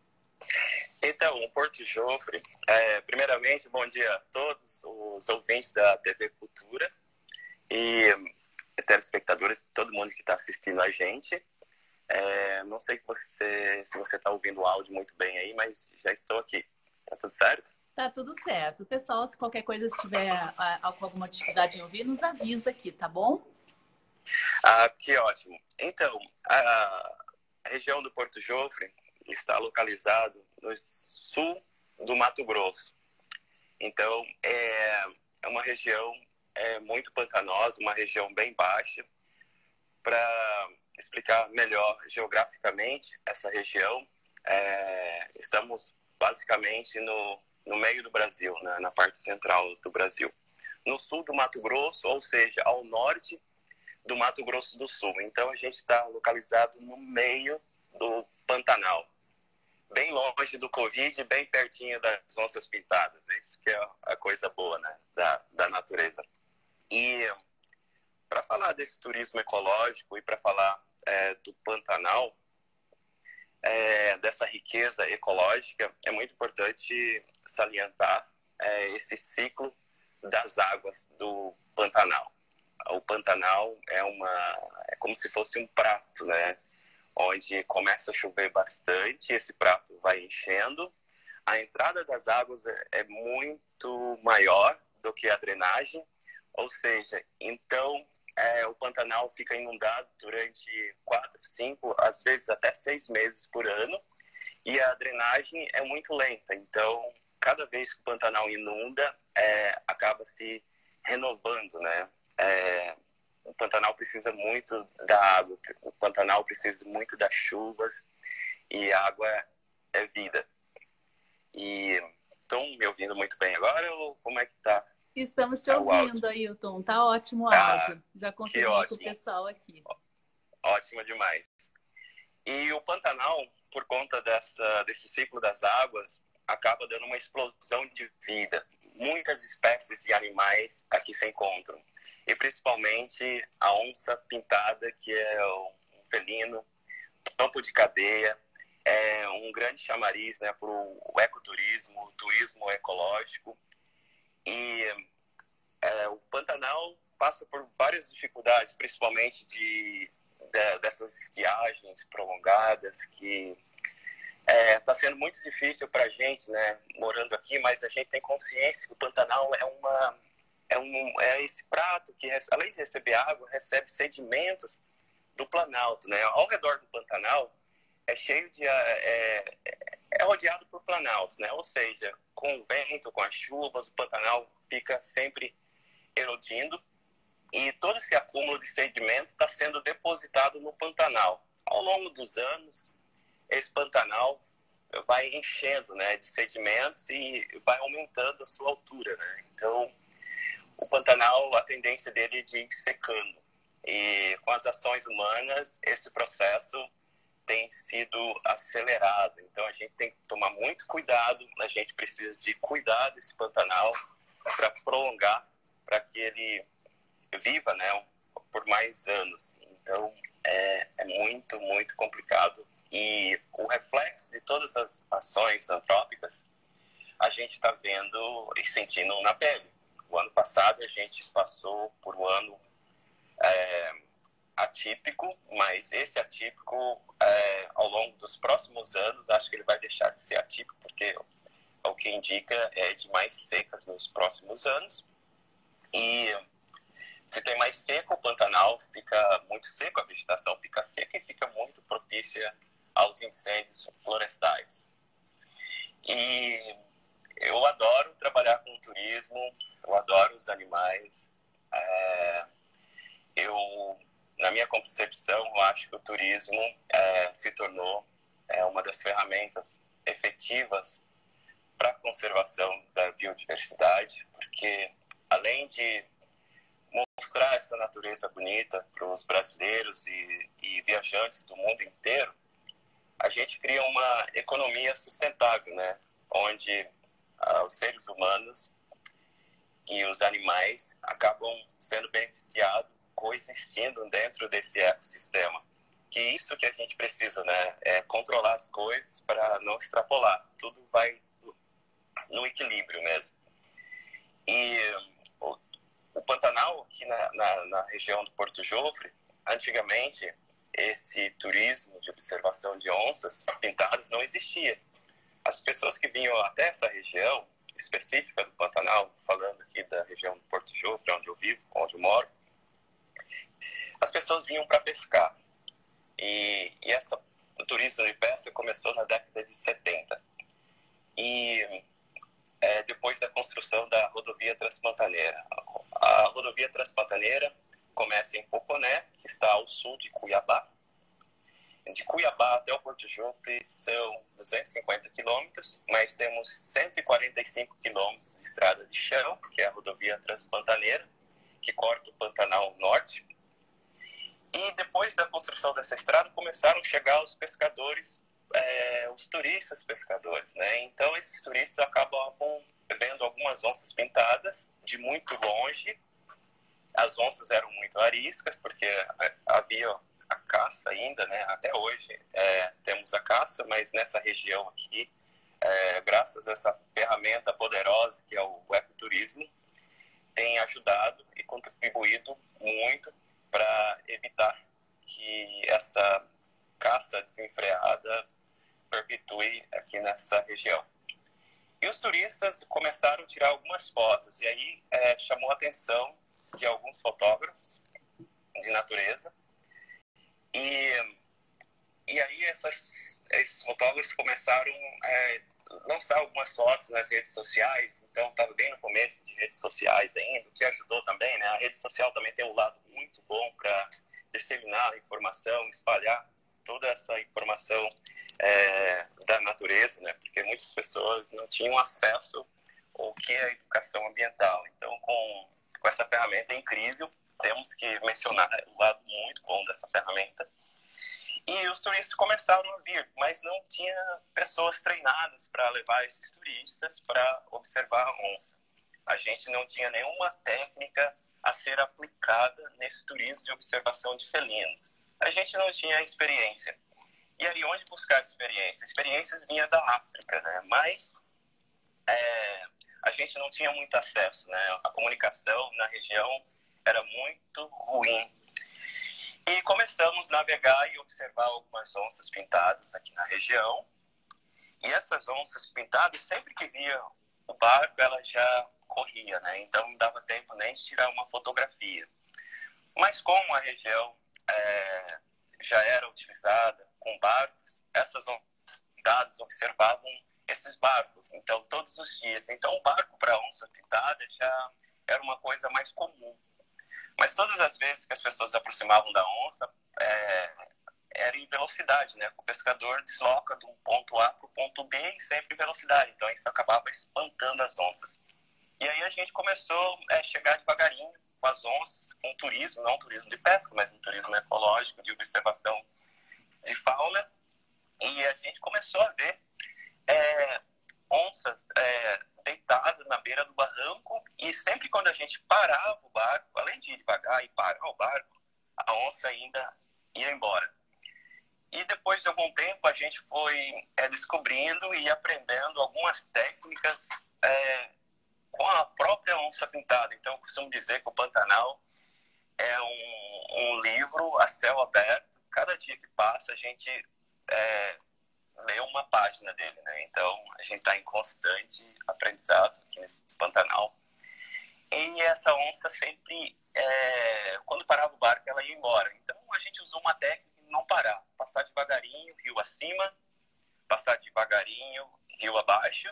Speaker 4: Então, Porto Jofre, é, primeiramente, bom dia a todos os ouvintes da T V Cultura e telespectadores, todo mundo que está assistindo a gente. É, não sei que você, se você está ouvindo o áudio muito bem aí, mas já estou aqui. Tá tudo certo?
Speaker 1: Tá tudo certo. Pessoal, se qualquer coisa se tiver com alguma dificuldade em ouvir, nos avisa aqui, tá bom?
Speaker 4: Ah, que ótimo. Então, a região do Porto Jofre está localizado no sul do Mato Grosso. Então, é, é uma região é, muito pantanosa, uma região bem baixa. Para explicar melhor geograficamente essa região, é, estamos basicamente no, no meio do Brasil, né, na parte central do Brasil. No sul do Mato Grosso, ou seja, ao norte do Mato Grosso do Sul. Então, a gente está localizado no meio do Pantanal. Bem longe do Covid, bem pertinho das onças pintadas. Isso que é a coisa boa, né, da, da natureza. E para falar desse turismo ecológico e para falar é, do Pantanal, é, dessa riqueza ecológica, é muito importante salientar é, esse ciclo das águas do Pantanal. O Pantanal é, uma, é como se fosse um prato, né? Onde começa a chover bastante, esse prato vai enchendo. A entrada das águas é muito maior do que a drenagem, ou seja, então é, o Pantanal fica inundado durante quatro, cinco, às vezes até seis meses por ano, e a drenagem é muito lenta. Então, cada vez que o Pantanal inunda, é, acaba se renovando, né? É, O Pantanal precisa muito da água, o Pantanal precisa muito das chuvas, e a água é vida. E estão me ouvindo muito bem agora, ou como é que tá?
Speaker 1: Estamos te ouvindo, Ailton. Tá ótimo o áudio. Ah, Já confirmei com o pessoal aqui.
Speaker 4: Ótimo demais. E o Pantanal, por conta dessa, desse ciclo das águas, acaba dando uma explosão de vida. Muitas espécies de animais aqui se encontram. E principalmente a onça pintada, que é um felino, topo de cadeia, é um grande chamariz, né, para o ecoturismo, o turismo ecológico. E é, o Pantanal passa por várias dificuldades, principalmente de, de, dessas estiagens prolongadas, que está é, sendo muito difícil para a gente, né, morando aqui, mas a gente tem consciência que o Pantanal é uma... É, um, é esse prato que, além de receber água, recebe sedimentos do Planalto, né? Ao redor do Pantanal é cheio de... É, é rodeado por planaltos, né? Ou seja, com o vento, com as chuvas, o Pantanal fica sempre erodindo e todo esse acúmulo de sedimento está sendo depositado no Pantanal. Ao longo dos anos, esse Pantanal vai enchendo, né, de sedimentos e vai aumentando a sua altura, né? Então, o Pantanal, a tendência dele é de ir secando. E com as ações humanas, esse processo tem sido acelerado. Então, a gente tem que tomar muito cuidado. A gente precisa de cuidar desse Pantanal para prolongar, para que ele viva, né, por mais anos. Então, é, é muito, muito complicado. E o reflexo de todas as ações antrópicas, a gente está vendo e sentindo na pele. O ano passado a gente passou por um ano é, atípico, mas esse atípico, é, ao longo dos próximos anos, acho que ele vai deixar de ser atípico, porque o que indica é de mais secas nos próximos anos. E se tem mais seca, o Pantanal fica muito seco, a vegetação fica seca e fica muito propícia aos incêndios florestais. E eu adoro trabalhar com turismo, eu adoro os animais. É, eu, na minha concepção, eu acho que o turismo é, se tornou é, uma das ferramentas efetivas para a conservação da biodiversidade, porque além de mostrar essa natureza bonita para os brasileiros e, e viajantes do mundo inteiro, a gente cria uma economia sustentável, né? Onde ah, os seres humanos e os animais acabam sendo beneficiados, coexistindo dentro desse ecossistema. Que é isso que a gente precisa, né? É controlar as coisas para não extrapolar. Tudo vai no equilíbrio mesmo. E o, o Pantanal, aqui na, na, na região do Porto Jofre, antigamente, esse turismo de observação de onças pintadas não existia. As pessoas que vinham até essa região específica do Pantanal, falando aqui da região do Porto Jofre, onde eu vivo, onde eu moro, as pessoas vinham para pescar. E, e essa, o turismo de pesca começou na década de setenta. E é, depois da construção da rodovia Transpantaneira. A rodovia Transpantaneira começa em Poconé, que está ao sul de Cuiabá. De Cuiabá até o Porto Jofre são duzentos e cinquenta quilômetros, mas temos cento e quarenta e cinco quilômetros de estrada de chão, que é a rodovia Transpantaneira, que corta o Pantanal Norte. E depois da construção dessa estrada, começaram a chegar os pescadores, é, os turistas pescadores, né? Então, esses turistas acabavam vendo algumas onças pintadas de muito longe. As onças eram muito ariscas, porque havia a caça ainda, né? Até hoje é, temos a caça, mas nessa região aqui, é, graças a essa ferramenta poderosa que é o ecoturismo, tem ajudado e contribuído muito para evitar que essa caça desenfreada perpetue aqui nessa região. E os turistas começaram a tirar algumas fotos, e aí é, chamou a atenção de alguns fotógrafos de natureza, e, e aí essas, esses fotógrafos começaram a é, lançar algumas fotos nas redes sociais. Então estava bem no começo de redes sociais ainda, o que ajudou também, né? A rede social também tem um lado muito bom para disseminar a informação, espalhar toda essa informação é, da natureza, né? Porque muitas pessoas não tinham acesso ao que é a educação ambiental. Então, com, com essa ferramenta incrível, temos que mencionar o lado muito bom dessa ferramenta. E os turistas começaram a vir, mas não tinha pessoas treinadas para levar esses turistas para observar a onça. A gente não tinha nenhuma técnica a ser aplicada nesse turismo de observação de felinos. A gente não tinha experiência. E aí, onde buscar experiência? Experiências vinham da África, né? Mas é, a gente não tinha muito acesso, né? A comunicação na região era muito ruim. E começamos a navegar e observar algumas onças pintadas aqui na região. E essas onças pintadas, sempre que via o barco, ela já corria, né? Então não dava tempo nem de tirar uma fotografia. Mas como a região é, já era utilizada com barcos, essas onças pintadas observavam esses barcos, então todos os dias. Então o barco para onça pintada já era uma coisa mais comum. Mas todas as vezes que as pessoas se aproximavam da onça, é, era em velocidade, né? O pescador desloca de um ponto A para o ponto B e sempre em velocidade. Então isso acabava espantando as onças. E aí a gente começou a chegar devagarinho com as onças, com turismo, não um turismo de pesca, mas um turismo ecológico, de observação de fauna. E a gente começou a ver é, onças é, deitadas na beira do barranco, e sempre quando a gente parava o barco, além de ir devagar e parar o barco, a onça ainda ia embora. E depois de algum tempo a gente foi é, descobrindo e aprendendo algumas técnicas é, com a própria onça pintada. Então eu costumo dizer que o Pantanal é um, um livro a céu aberto. Cada dia que passa a gente é, lê uma página dele, né? Então a gente está em constante aprendizado aqui nesse Pantanal. E essa onça sempre, é, quando parava o barco, ela ia embora. Então a gente usou uma técnica de não parar, passar devagarinho, rio acima, passar devagarinho, rio abaixo,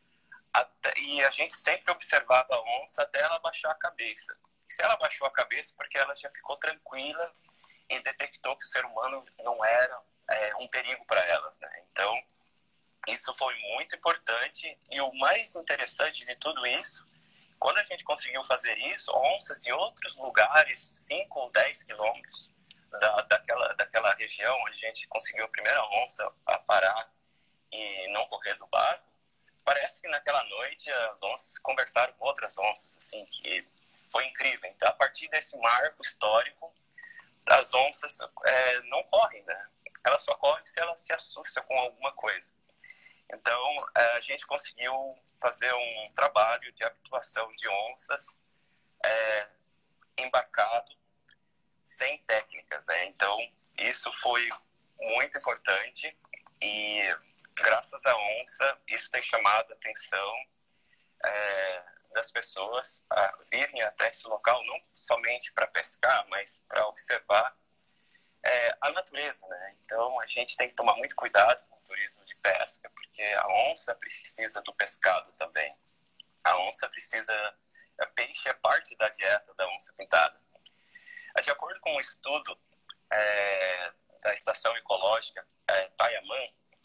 Speaker 4: até, e a gente sempre observava a onça até ela baixar a cabeça. E se ela baixou a cabeça, porque ela já ficou tranquila e detectou que o ser humano não era é, um perigo para elas, né? Então isso foi muito importante, e o mais interessante de tudo isso Quando a gente conseguiu fazer isso, onças de outros lugares, cinco ou dez quilômetros da, daquela, daquela região, onde a gente conseguiu a primeira onça a parar e não correr do barco, parece que naquela noite as onças conversaram com outras onças, assim, que foi incrível. Então, a partir desse marco histórico, as onças é, não correm, né? Elas só correm se elas se assustam com alguma coisa. Então, a gente conseguiu fazer um trabalho de habituação de onças é, embarcado, sem técnicas, né? Então, isso foi muito importante e, graças à onça, isso tem chamado a atenção é, das pessoas a virem até esse local, não somente para pescar, mas para observar é, a natureza, né? Então, a gente tem que tomar muito cuidado com o turismo de pesca, porque a onça precisa do pescado também. A onça precisa... A peixe é parte da dieta da onça pintada. De acordo com um estudo é, da Estação Ecológica é, Tayamã,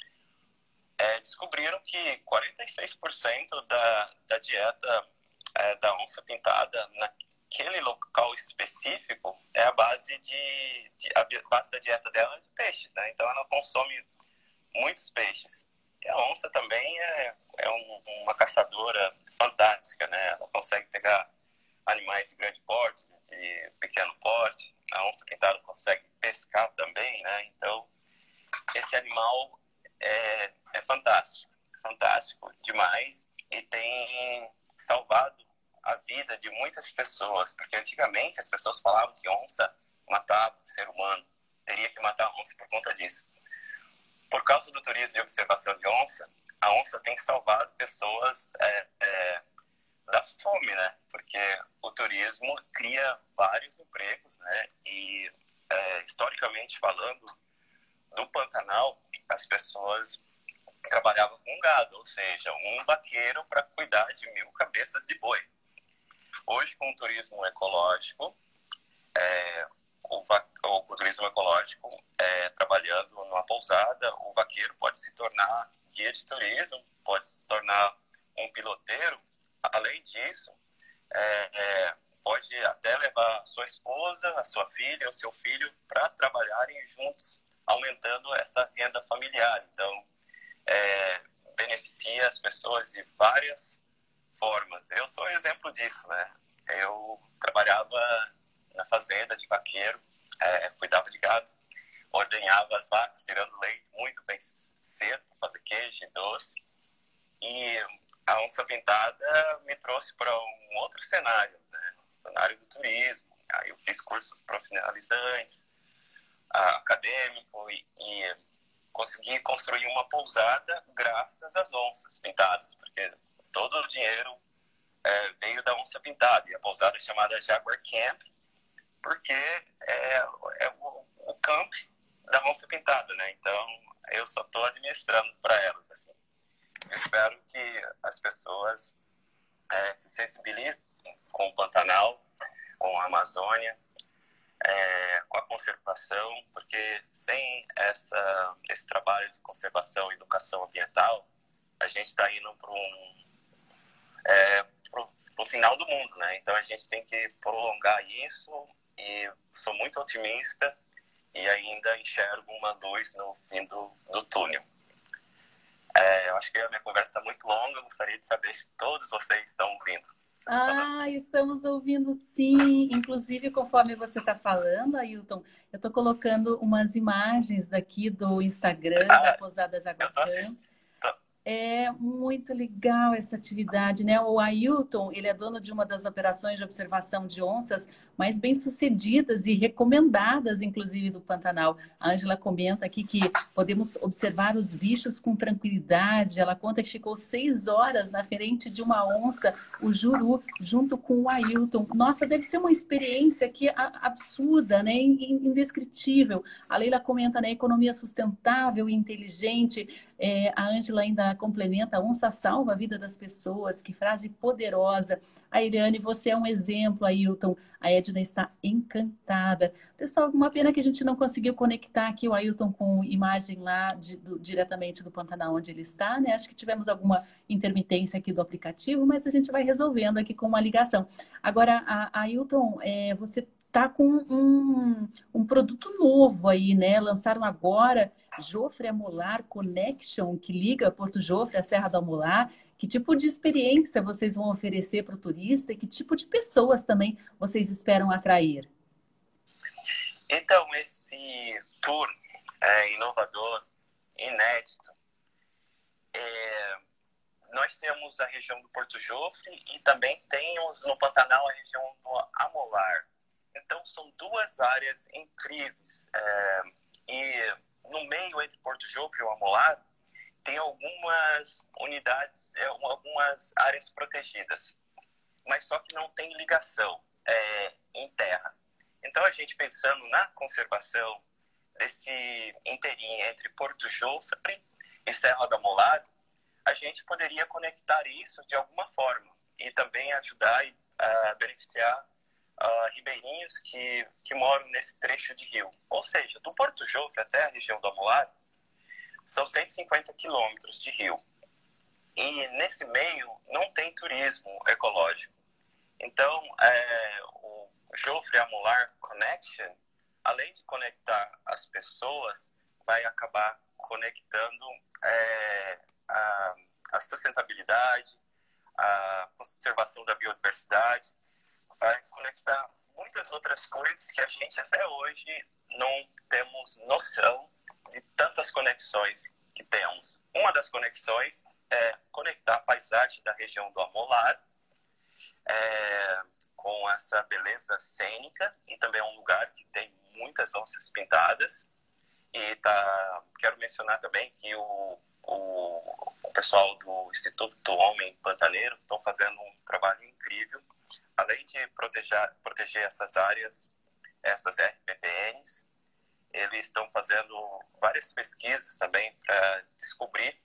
Speaker 4: é, descobriram que quarenta e seis por cento da, da dieta é, da onça pintada naquele local específico é a base, de, de, a base da dieta dela de peixes, né? Então ela consome muitos peixes. E a onça também é, é um, uma caçadora fantástica, né? Ela consegue pegar animais de grande porte, de pequeno porte. A onça pintada consegue pescar também, né? Então, esse animal é, é fantástico, fantástico demais e tem salvado a vida de muitas pessoas, porque antigamente as pessoas falavam que onça matava o ser humano, teria que matar a onça por conta disso. Por causa do turismo de observação de onça, a onça tem salvado pessoas é, é, da fome, né? Porque o turismo cria vários empregos, né? E, é, historicamente falando, no Pantanal, as pessoas trabalhavam com gado, ou seja, um vaqueiro para cuidar de mil cabeças de boi. Hoje, com o turismo ecológico, é, o, va o turismo ecológico, é, trabalhando numa pousada, o vaqueiro pode se tornar guia de turismo, pode se tornar um piloteiro. Além disso, é, é, pode até levar a sua esposa, a sua filha, o seu filho para trabalharem juntos, aumentando essa renda familiar. Então, é, beneficia as pessoas de várias formas. Eu sou um exemplo disso, né? Eu trabalhava na fazenda de vaqueiro, é, cuidava de gado, ordenhava as vacas, tirando leite muito bem cedo, para fazer queijo e doce. E a onça pintada me trouxe para um outro cenário, né? Um cenário do turismo. Aí eu fiz cursos profissionalizantes, acadêmico e, e consegui construir uma pousada graças às onças pintadas, porque todo o dinheiro é, veio da onça pintada. E a pousada é chamada Jaguar Camp, porque é, é o, o camp da onça pintada, né? Então, eu só estou administrando para elas, assim. Eu espero que as pessoas é, se sensibilizem com o Pantanal, com a Amazônia, é, com a conservação, porque sem essa, esse trabalho de conservação e educação ambiental, a gente está indo para um, é, o final do mundo, né? Então a gente tem que prolongar isso e sou muito otimista e ainda enxergo uma luz no fim do, do túnel. É, eu acho que a minha conversa está muito longa, eu gostaria de saber se todos vocês estão ouvindo.
Speaker 1: Ah, estamos ouvindo sim. Inclusive, conforme você está falando, Ailton, eu estou colocando umas imagens daqui do Instagram ah, da Pousada Jaguar Camp. É muito legal essa atividade, né? O Ailton, ele é dono de uma das operações de observação de onças mais bem-sucedidas e recomendadas, inclusive, do Pantanal. A Ângela comenta aqui que podemos observar os bichos com tranquilidade. Ela conta que ficou seis horas na frente de uma onça, o Juru, junto com o Ailton. Nossa, deve ser uma experiência que é absurda, né? Indescritível. A Leila comenta, né? Economia sustentável e inteligente. É, a Ângela ainda ela complementa, a onça salva a vida das pessoas, que frase poderosa. A Eliane, você é um exemplo, Ailton. A Edna está encantada. Pessoal, uma pena que a gente não conseguiu conectar aqui o Ailton com imagem lá de, do, diretamente do Pantanal onde ele está, né? Acho que tivemos alguma intermitência aqui do aplicativo, mas a gente vai resolvendo aqui com uma ligação. Agora, a, a Ailton, é, você está com um, um produto novo aí, né? Lançaram agora Jofre Amolar Connection, que liga Porto Jofre à Serra do Amolar. Que tipo de experiência vocês vão oferecer para o turista e que tipo de pessoas também vocês esperam atrair?
Speaker 4: Então, esse tour é inovador, inédito. É, nós temos a região do Porto Jofre e também temos no Pantanal a região do Amolar. Então, são duas áreas incríveis. É, e no meio entre Porto Jofre e o Amolar, tem algumas unidades, algumas áreas protegidas, mas só que não tem ligação é, em terra. Então, a gente pensando na conservação desse inteirinho entre Porto Jofre e Serra do Amolar, a gente poderia conectar isso de alguma forma e também ajudar a beneficiar uh, ribeirinhos que, que moram nesse trecho de rio. Ou seja, do Porto Jofre até a região do Amolar, são cento e cinquenta quilômetros de rio. E nesse meio não tem turismo ecológico. Então, é, o Jofre Amolar Connection, além de conectar as pessoas, vai acabar conectando é, a, a sustentabilidade, a conservação da biodiversidade, vai conectar muitas outras coisas que a gente até hoje não temos noção de tantas conexões que temos. Uma das conexões é conectar a paisagem da região do Amolar é, com essa beleza cênica, e também é um lugar que tem muitas onças pintadas. E tá, quero mencionar também que o, o, o pessoal do Instituto do Homem Pantaneiro estão fazendo um trabalho incrível, além de proteger, proteger essas áreas, essas R P P Ns. Eles estão fazendo várias pesquisas também para descobrir,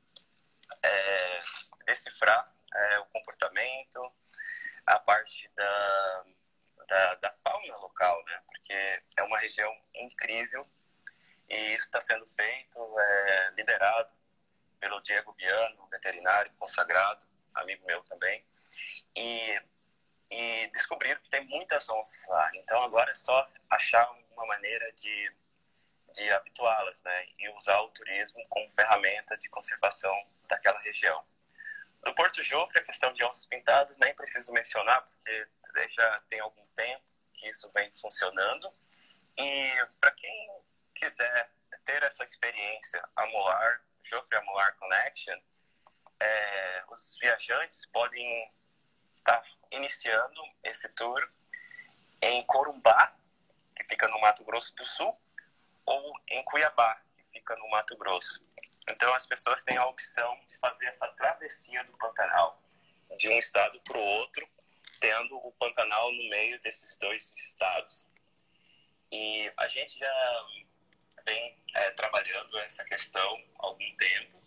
Speaker 4: é, decifrar é, o comportamento, a parte da, da, da fauna local, né? Porque é uma região incrível e isso está sendo feito, é, liderado pelo Diego Viano, veterinário consagrado, amigo meu também, e, e descobriram que tem muitas onças lá. Então agora é só achar uma maneira de de habituá-las, né, e usar o turismo como ferramenta de conservação daquela região. No Porto Jofre, a questão de onças pintadas, nem preciso mencionar, porque já tem algum tempo que isso vem funcionando. E para quem quiser ter essa experiência Amolar, Jofre Amolar Connection, é, os viajantes podem estar iniciando esse tour em Corumbá, que fica no Mato Grosso do Sul, ou em Cuiabá, que fica no Mato Grosso. Então as pessoas têm a opção de fazer essa travessia do Pantanal, de um estado para o outro, tendo o Pantanal no meio desses dois estados. E a gente já vem é, trabalhando essa questão há algum tempo.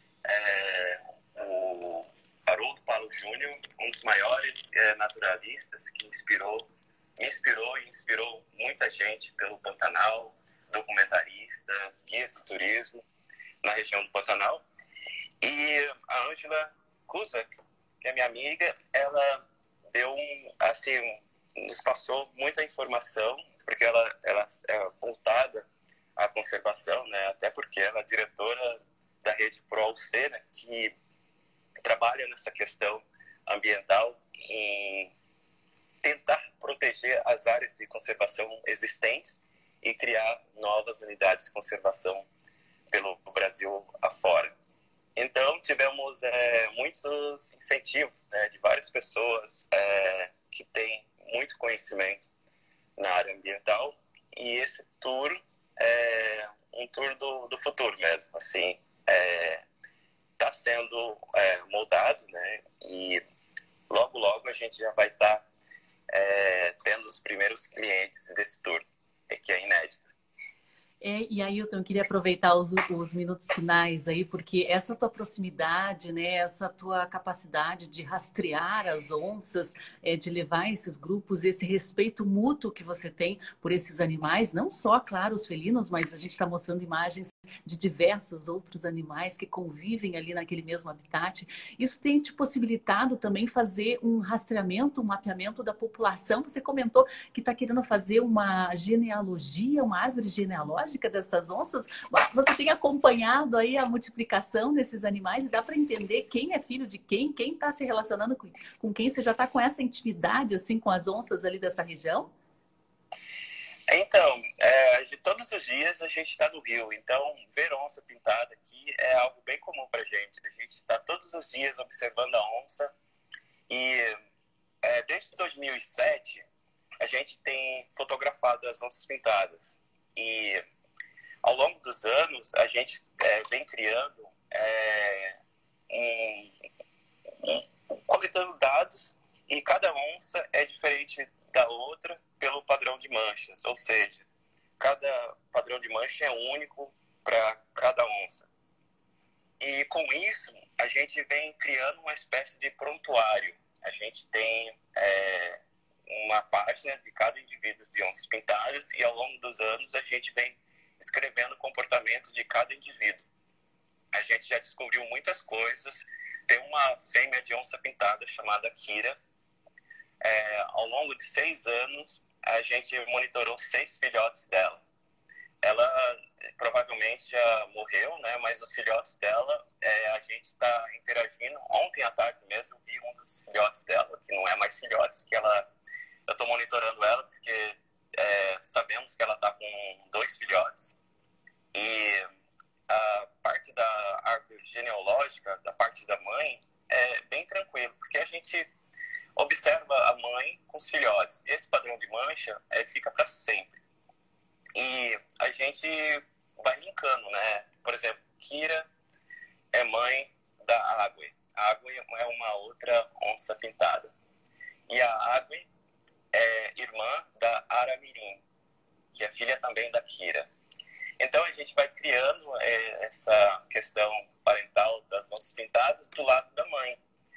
Speaker 4: É, o Haroldo Paulo Júnior, um dos maiores é, naturalistas que inspirou, me inspirou e inspirou muita gente pelo Pantanal, documentaristas, guias de turismo na região do Pantanal. E a Ângela Cusack, que é minha amiga, ela deu um, assim, nos passou muita informação, porque ela, ela é voltada à conservação, né? Até porque ela é diretora da rede ProAlc, né? Que trabalha nessa questão ambiental em tentar proteger as áreas de conservação existentes e criar novas unidades de conservação pelo Brasil afora. Então, tivemos é, muitos incentivos, né, de várias pessoas é, que têm muito conhecimento na área ambiental, e esse tour é um tour do, do futuro mesmo, assim, está é, sendo é, moldado, né, e logo, logo a gente já vai estar tá, é, tendo os primeiros clientes desse tour, que é inédito.
Speaker 1: É, e aí, eu queria aproveitar os, os minutos finais aí, porque essa tua proximidade, né, essa tua capacidade de rastrear as onças, é, de levar esses grupos, esse respeito mútuo que você tem por esses animais, não só, claro, os felinos, mas a gente está mostrando imagens de diversos outros animais que convivem ali naquele mesmo habitat. Isso tem te possibilitado também fazer um rastreamento, um mapeamento da população. Você comentou que está querendo fazer uma genealogia, uma árvore genealógica dessas onças. Você tem acompanhado aí a multiplicação desses animais e dá para entender quem é filho de quem, quem está se relacionando com, com quem? Você já está com essa intimidade assim com as onças ali dessa região?
Speaker 4: Então, é, de todos os dias a gente está no rio, então ver onça pintada aqui é algo bem comum para a gente. A gente está todos os dias observando a onça e é, desde dois mil e sete a gente tem fotografado as onças pintadas e ao longo dos anos a gente é, vem criando, é, um, um, um, coletando dados e cada onça é diferente da outra pelo padrão de manchas, ou seja, cada padrão de mancha é único para cada onça. E com isso, a gente vem criando uma espécie de prontuário. A gente tem é, uma página de cada indivíduo de onças pintadas e ao longo dos anos a gente vem escrevendo o comportamento de cada indivíduo. A gente já descobriu muitas coisas. Tem uma fêmea de onça pintada chamada Kira. É, ao longo de seis anos, a gente monitorou seis filhotes dela. Ela provavelmente já morreu, né? Mas os filhotes dela, é, a gente está interagindo. Ontem à tarde mesmo, eu vi um dos filhotes dela, que não é mais filhotes, que ela, eu estou monitorando ela porque é, sabemos que ela está com dois filhotes. E a parte da árvore genealógica, da parte da mãe, é bem tranquilo, porque a gente observa a mãe com os filhotes. Esse padrão de mancha é, fica para sempre. E a gente vai linkando, né? Por exemplo, Kira é mãe da Água. A Água é uma outra onça pintada. E a Água é irmã da Aramirim, que é filha também da Kira. Então a gente vai criando é, essa questão parental das onças pintadas do lado da mãe.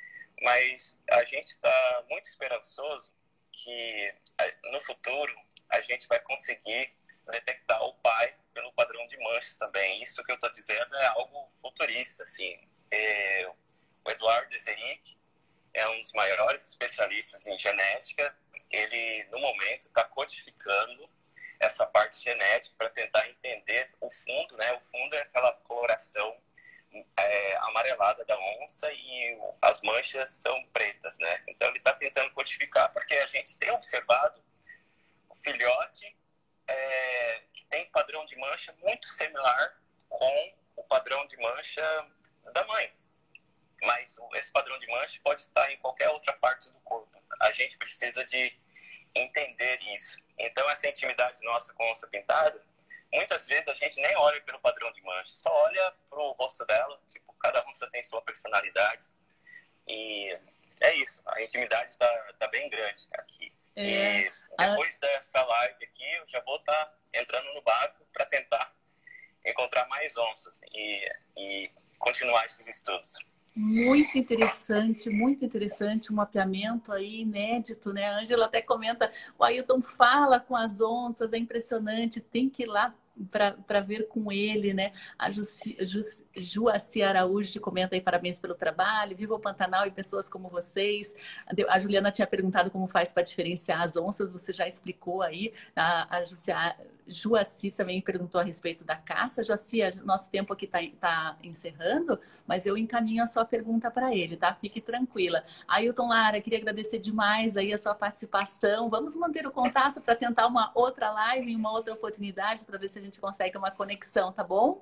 Speaker 4: Mas a gente está muito esperançoso que no futuro a gente vai conseguir detectar o pai pelo padrão de manchas também. Isso que eu estou dizendo é algo futurista. Assim. É, o Eduardo Deseric é um dos maiores especialistas em genética. Ele, no momento, está codificando essa parte genética para tentar entender o fundo. Né? O fundo é aquela coloração É, amarelada da onça e as manchas são pretas, né? Então ele está tentando codificar, porque a gente tem observado o filhote é, que tem padrão de mancha muito similar com o padrão de mancha da mãe. Mas esse padrão de mancha pode estar em qualquer outra parte do corpo. A gente precisa de entender isso. Então essa intimidade nossa com a onça pintada, muitas vezes a gente nem olha pelo padrão de mancha, só olha pro rosto dela, tipo, cada onça tem sua personalidade. E é isso, a intimidade tá, tá bem grande aqui. É, e depois a... dessa live aqui, eu já vou estar tá entrando no barco para tentar encontrar mais onças e, e continuar esses estudos.
Speaker 1: Muito interessante, muito interessante, um mapeamento aí inédito, né? A Ângela até comenta, o Ailton fala com as onças, é impressionante, tem que ir lá para ver com ele, né? A Jussi, Jus, Juaci Araújo comenta aí, parabéns pelo trabalho, viva o Pantanal e pessoas como vocês. A Juliana tinha perguntado como faz para diferenciar as onças, você já explicou aí. A, a Jussi, Juaci também perguntou a respeito da caça. Juaci, nosso tempo aqui está tá encerrando, mas eu encaminho a sua pergunta para ele, tá? Fique tranquila. Ailton Lara, queria agradecer demais aí a sua participação. Vamos manter o contato para tentar uma outra live, uma outra oportunidade, para ver se a gente consegue uma conexão, tá bom?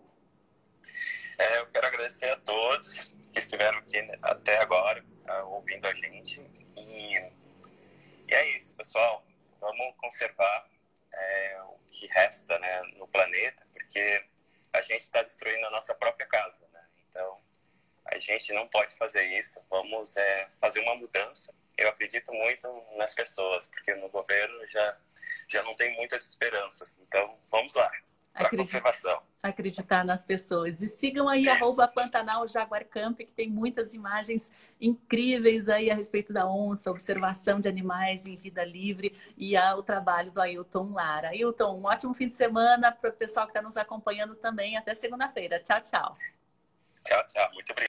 Speaker 4: É, eu quero agradecer a todos que estiveram aqui até agora, uh, ouvindo a gente. E, e é isso, pessoal. Vamos conservar é, o que resta, né, no planeta, porque a gente está destruindo a nossa própria casa, né? Então, a gente não pode fazer isso. Vamos é, fazer uma mudança. Eu acredito muito nas pessoas, porque no governo já, já não tem muitas esperanças. Então, vamos lá. para conservação.
Speaker 1: Acreditar nas pessoas. E sigam aí, arroba Pantanal Jaguar Camp, que tem muitas imagens incríveis aí a respeito da onça, observação de animais em vida livre e a, o trabalho do Ailton Lara. Ailton, um ótimo fim de semana para o pessoal que está nos acompanhando também. Até segunda-feira. Tchau, tchau.
Speaker 4: Tchau, tchau. Muito obrigado.